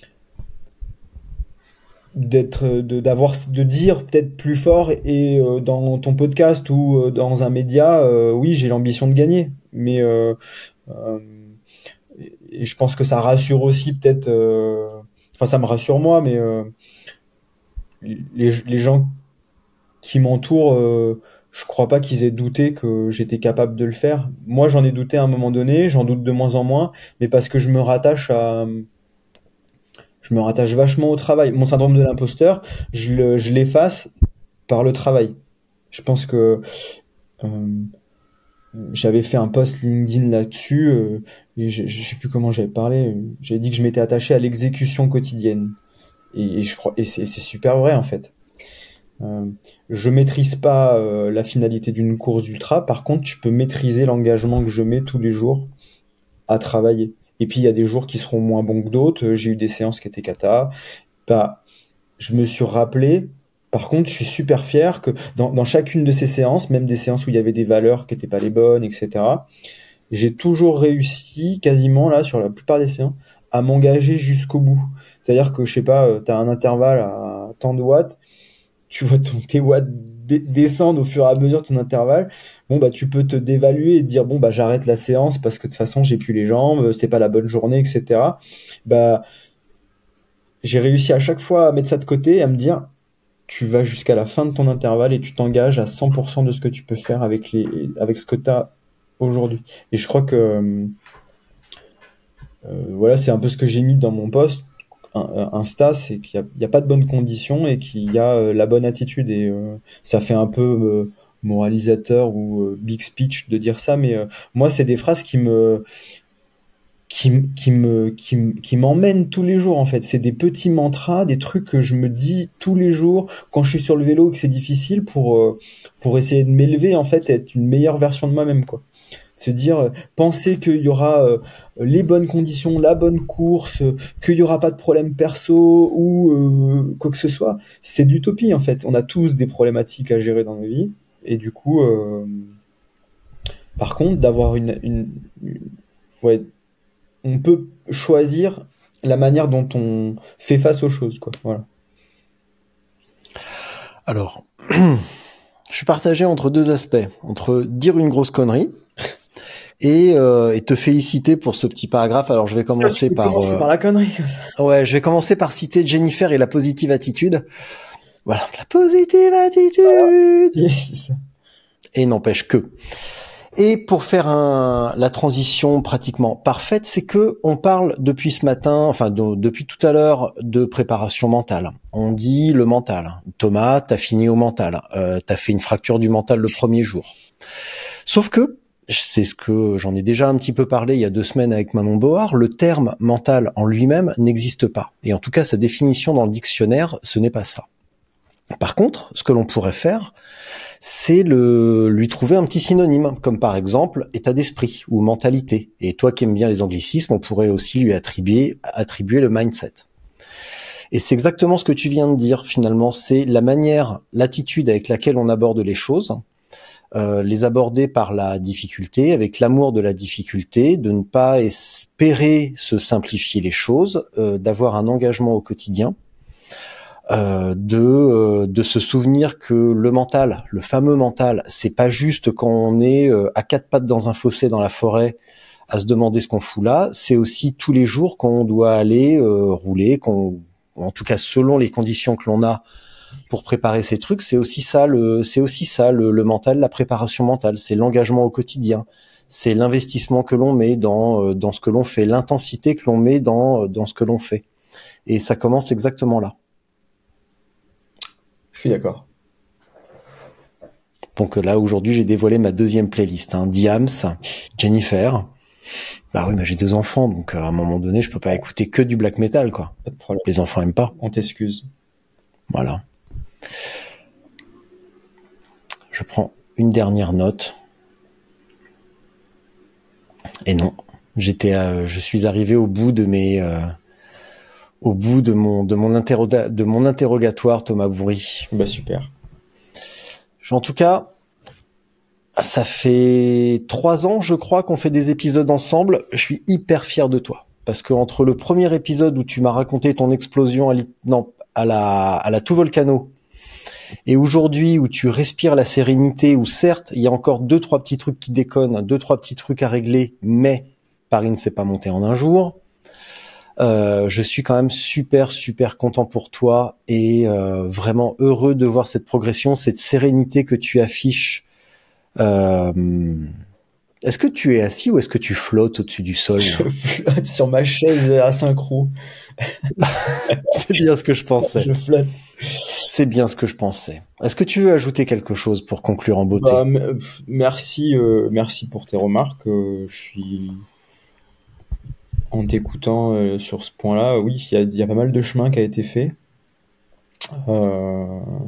S4: d'être de d'avoir de dire peut-être plus fort et euh, dans ton podcast ou euh, dans un média, euh, oui, j'ai l'ambition de gagner, mais euh, euh, et je pense que ça rassure aussi peut-être, euh, enfin ça me rassure moi, mais euh, les, les gens qui m'entourent, euh, je crois pas qu'ils aient douté que j'étais capable de le faire. Moi, j'en ai douté à un moment donné, j'en doute de moins en moins, mais parce que je me rattache à, je me rattache vachement au travail. Mon syndrome de l'imposteur, je le, je l'efface par le travail. Je pense que euh, j'avais fait un post LinkedIn là-dessus, euh, et je, je sais plus comment j'avais parlé. J'avais dit que je m'étais attaché à l'exécution quotidienne. Et, et je crois, et c'est c'est super vrai en fait. Euh, je maîtrise pas euh, la finalité d'une course ultra. Par contre, je peux maîtriser l'engagement que je mets tous les jours à travailler. Et puis il y a des jours qui seront moins bons que d'autres. J'ai eu des séances qui étaient cata. Bah, je me suis rappelé. Par contre, je suis super fier que dans, dans chacune de ces séances, même des séances où il y avait des valeurs qui n'étaient pas les bonnes, et cetera, j'ai toujours réussi, quasiment là, sur la plupart des séances, à m'engager jusqu'au bout. C'est-à-dire que, je sais pas, tu as un intervalle à tant de watts, tu vois ton, tes watts dé- descendre au fur et à mesure de ton intervalle. Bon, bah, tu peux te dévaluer et te dire, bon, bah, j'arrête la séance parce que de toute façon, j'ai plus les jambes, c'est pas la bonne journée, et cetera. Bah, j'ai réussi à chaque fois à mettre ça de côté et à me dire, tu vas jusqu'à la fin de ton intervalle et tu t'engages à cent pour cent de ce que tu peux faire avec les, avec ce que tu as aujourd'hui. Et je crois que, euh, voilà, c'est un peu ce que j'ai mis dans mon post un- Insta, c'est qu'il n'y a, il y a pas de bonnes conditions et qu'il y a euh, la bonne attitude. Et euh, ça fait un peu euh, moralisateur ou euh, big speech de dire ça, mais euh, moi, c'est des phrases qui me, qui, m- qui me, qui, m- qui m'emmènent tous les jours, en fait. C'est des petits mantras, des trucs que je me dis tous les jours quand je suis sur le vélo et que c'est difficile pour, euh, pour essayer de m'élever, en fait, et être une meilleure version de moi-même, quoi. Se dire, euh, penser qu'il y aura euh, les bonnes conditions, la bonne course, euh, qu'il y aura pas de problème perso ou euh, quoi que ce soit, c'est de l'utopie, en fait. On a tous des problématiques à gérer dans nos vies. Et du coup, euh, par contre, d'avoir une, une, une- ouais, on peut choisir la manière dont on fait face aux choses, quoi. Voilà.
S3: Alors, je suis partagé entre deux aspects. Entre dire une grosse connerie et, euh, et te féliciter pour ce petit paragraphe. Alors, je vais commencer
S4: Tu peux
S3: par...
S4: commencer
S3: euh,
S4: par la connerie. Comme ça.
S3: Ouais, je vais commencer par citer Jennifer et la positive attitude. Voilà, la positive attitude.
S4: Yes.
S3: Et n'empêche que... Et pour faire un, la transition pratiquement parfaite, c'est que on parle depuis ce matin, enfin de, depuis tout à l'heure, de préparation mentale. On dit le mental. Thomas, t'as fini au mental. Euh, t'as fait une fracture du mental le premier jour. Sauf que, c'est ce que j'en ai déjà un petit peu parlé il y a deux semaines avec Manon Board, le terme mental en lui-même n'existe pas. Et en tout cas, sa définition dans le dictionnaire, ce n'est pas ça. Par contre, ce que l'on pourrait faire, c'est le, lui trouver un petit synonyme, comme par exemple état d'esprit ou mentalité. Et toi qui aimes bien les anglicismes, on pourrait aussi lui attribuer, attribuer le mindset. Et c'est exactement ce que tu viens de dire finalement, c'est la manière, l'attitude avec laquelle on aborde les choses, euh, les aborder par la difficulté, avec l'amour de la difficulté, de ne pas espérer se simplifier les choses, euh, d'avoir un engagement au quotidien. Euh, de euh, de se souvenir que le mental, le fameux mental, c'est pas juste quand on est euh, à quatre pattes dans un fossé dans la forêt à se demander ce qu'on fout là, c'est aussi tous les jours qu'on doit aller euh, rouler, qu'on, en tout cas selon les conditions que l'on a pour préparer ces trucs, c'est aussi ça le c'est aussi ça le, le mental, la préparation mentale, c'est l'engagement au quotidien, c'est l'investissement que l'on met dans euh, dans ce que l'on fait, l'intensité que l'on met dans dans ce que l'on fait, et ça commence exactement là.
S4: Je suis d'accord.
S3: Donc là, aujourd'hui, j'ai dévoilé ma deuxième playlist. Hein. Diams, Jennifer. Bah oui, mais j'ai deux enfants, donc à un moment donné, je peux pas écouter que du black metal, quoi.
S4: Pas de problème.
S3: Les enfants aiment pas.
S4: On t'excuse.
S3: Voilà. Je prends une dernière note. Et non, j'étais, à, je suis arrivé au bout de mes... Euh, au bout de mon de mon interroga- de mon interrogatoire, Thomas Bourri.
S4: Bah super.
S3: En tout cas, ça fait trois ans, je crois, qu'on fait des épisodes ensemble. Je suis hyper fier de toi parce que entre le premier épisode où tu m'as raconté ton explosion à, non, à la à la tout volcano et aujourd'hui où tu respires la sérénité, où certes il y a encore deux trois petits trucs qui déconnent, deux trois petits trucs à régler, mais Paris ne s'est pas monté en un jour. Euh, je suis quand même super super content pour toi et euh, vraiment heureux de voir cette progression, cette sérénité que tu affiches. Euh, est-ce que tu es assis ou est-ce que tu flottes au-dessus du sol?
S4: Je flotte sur ma chaise à synchro.
S3: C'est bien ce que je pensais.
S4: Je flotte.
S3: C'est bien ce que je pensais. Est-ce que tu veux ajouter quelque chose pour conclure en beauté?
S4: Bah, m- merci, euh, merci pour tes remarques. Euh, je suis en t'écoutant euh, sur ce point-là. Oui, il y a, y a pas mal de chemin qui a été fait. Euh...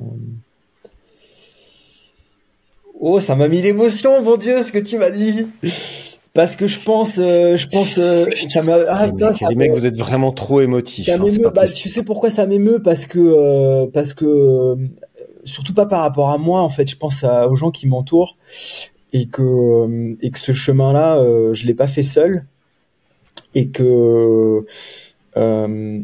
S4: Oh, ça m'a mis l'émotion, mon Dieu, ce que tu m'as dit. Parce que je pense, euh, je pense, euh, ça m'a. Ah,
S3: les
S4: putain,
S3: mecs,
S4: ça
S3: les
S4: me-
S3: mecs, vous êtes vraiment trop émotifs.
S4: Ça
S3: hein, c'est
S4: m'émeut.
S3: pas
S4: Bah,
S3: possible.
S4: tu sais pourquoi ça m'émeut? Parce que, euh, parce que, euh, surtout pas par rapport à moi. En fait, je pense à- aux gens qui m'entourent et que, euh, et que ce chemin-là, euh, je l'ai pas fait seul et que, euh,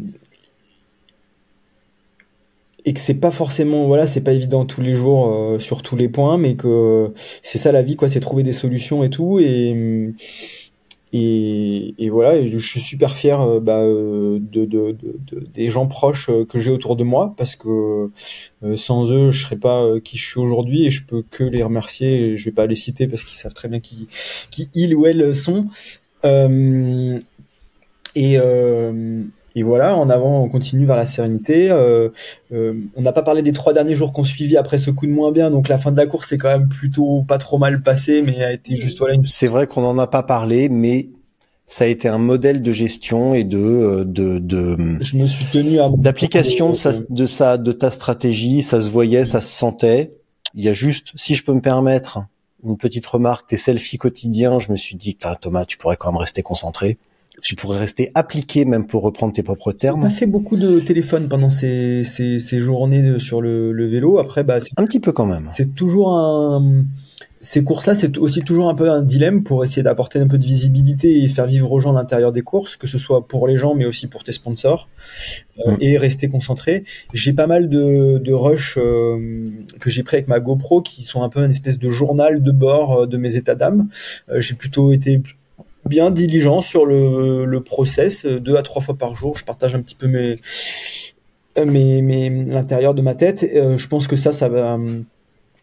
S4: et que c'est pas forcément, voilà, c'est pas évident tous les jours euh, sur tous les points, mais que c'est ça la vie, quoi, c'est trouver des solutions et tout. Et Et, et voilà, et je suis super fier euh, bah, euh, de, de, de, de- des gens proches euh, que j'ai autour de moi parce que euh, sans eux, je serais pas euh, qui je suis aujourd'hui et je peux que les remercier. Et je vais pas les citer parce qu'ils savent très bien qui, qui ils ou elles sont. Euh, et, euh, et voilà, en avant, on continue vers la sérénité. Euh, euh, on n'a pas parlé des trois derniers jours qu'on suivi après ce coup de moins bien, donc la fin de la course c'est quand même plutôt pas trop mal passé, mais a été juste voilà une
S3: C'est vrai qu'on n'en a pas parlé, mais ça a été un modèle de gestion et de euh, de, de
S4: je me suis tenu à mon
S3: d'application de, sa,
S4: euh,
S3: de sa de ta stratégie. Ça se voyait, ça se sentait. Il y a juste, si je peux me permettre, une petite remarque, tes selfies quotidiens. Je me suis dit, putain, Thomas, tu pourrais quand même rester concentré. Tu pourrais rester appliqué, même pour reprendre tes propres
S4: On
S3: termes.
S4: a fait beaucoup de téléphone pendant ces, ces, ces journées de- sur le, le vélo. Après, bah, c'est,
S3: Un petit peu quand même.
S4: c'est toujours un. Ces courses-là, c'est aussi toujours un peu un dilemme pour essayer d'apporter un peu de visibilité et faire vivre aux gens l'intérieur des courses, que ce soit pour les gens, mais aussi pour tes sponsors, euh,
S3: Mm.
S4: et rester concentré. J'ai pas mal de, de rushs euh, que j'ai pris avec ma GoPro qui sont un peu une espèce de journal de bord euh, de mes états d'âme. Euh, j'ai plutôt été bien diligent sur le, le process, euh, deux à trois fois par jour. Je partage un petit peu mes, euh, mes, mes, l'intérieur de ma tête. Euh, je pense que ça, ça va,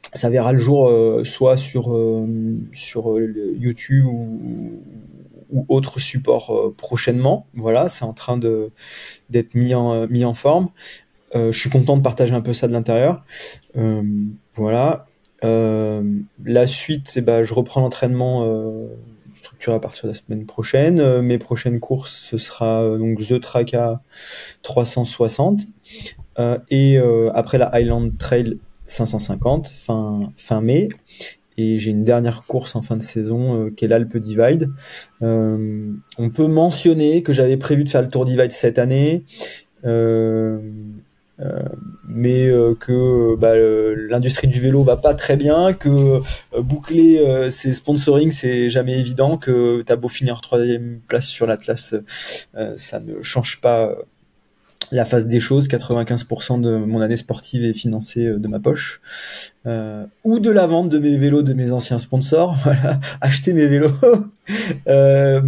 S4: ça verra le jour euh, soit sur, euh, sur euh, YouTube ou, ou autre support euh, prochainement. Voilà, c'est en train de, d'être mis en, mis en forme. Euh, je suis content de partager un peu ça de l'intérieur. Euh, voilà. Euh, la suite, c'est bah, je reprends l'entraînement euh, structuré à partir de la semaine prochaine. Euh, mes prochaines courses, ce sera euh, donc The Traca trois cent soixante euh, et euh, après la Highland Trail cinq cent cinquante fin, fin mai. Et j'ai une dernière course en fin de saison euh, qui est l'Alpe Divide. Euh, on peut mentionner que j'avais prévu de faire le Tour Divide cette année. Euh, Euh, mais euh, que bah, euh, l'industrie du vélo va pas très bien, que euh, boucler euh, ses sponsoring c'est jamais évident, que t'as beau finir troisième place sur l'Atlas, euh, ça ne change pas la face des choses. quatre-vingt-quinze pour cent de mon année sportive est financée de ma poche euh, ou de la vente de mes vélos de mes anciens sponsors. Voilà, acheter mes vélos. euh,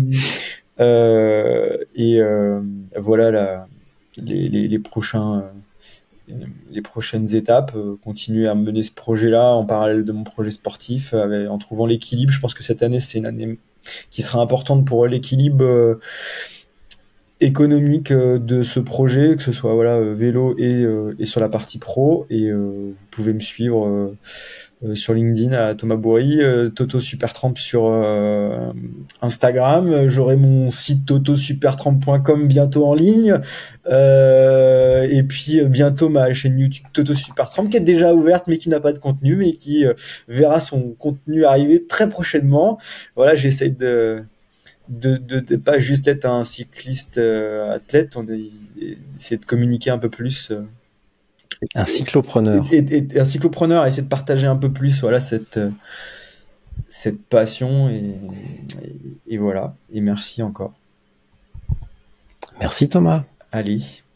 S4: euh, et euh, voilà la, les, les, les prochains euh, les prochaines étapes, euh, continuer à mener ce projet-là en parallèle de mon projet sportif, avec, en trouvant l'équilibre. Je pense que cette année, c'est une année qui sera importante pour l'équilibre euh, économique euh, de ce projet, que ce soit voilà, euh, vélo et, euh, et sur la partie pro. Et euh, vous pouvez me suivre euh, euh, sur LinkedIn à Thomas Bourri, euh, Toto Supertramp sur euh, Instagram. J'aurai mon site toto supertramp point com bientôt en ligne. Euh, et puis euh, bientôt ma chaîne YouTube Toto Supertramp qui est déjà ouverte mais qui n'a pas de contenu, mais qui euh, verra son contenu arriver très prochainement. Voilà, j'essaie de de, de, de pas juste être un cycliste euh, athlète, on est, essayer de communiquer un peu plus. Euh,
S3: un cyclopreneur.
S4: Et, et, et un cyclopreneur, essayer de partager un peu plus voilà, cette, cette passion. Et, et, et voilà. Et merci encore.
S3: Merci Thomas.
S4: Allez.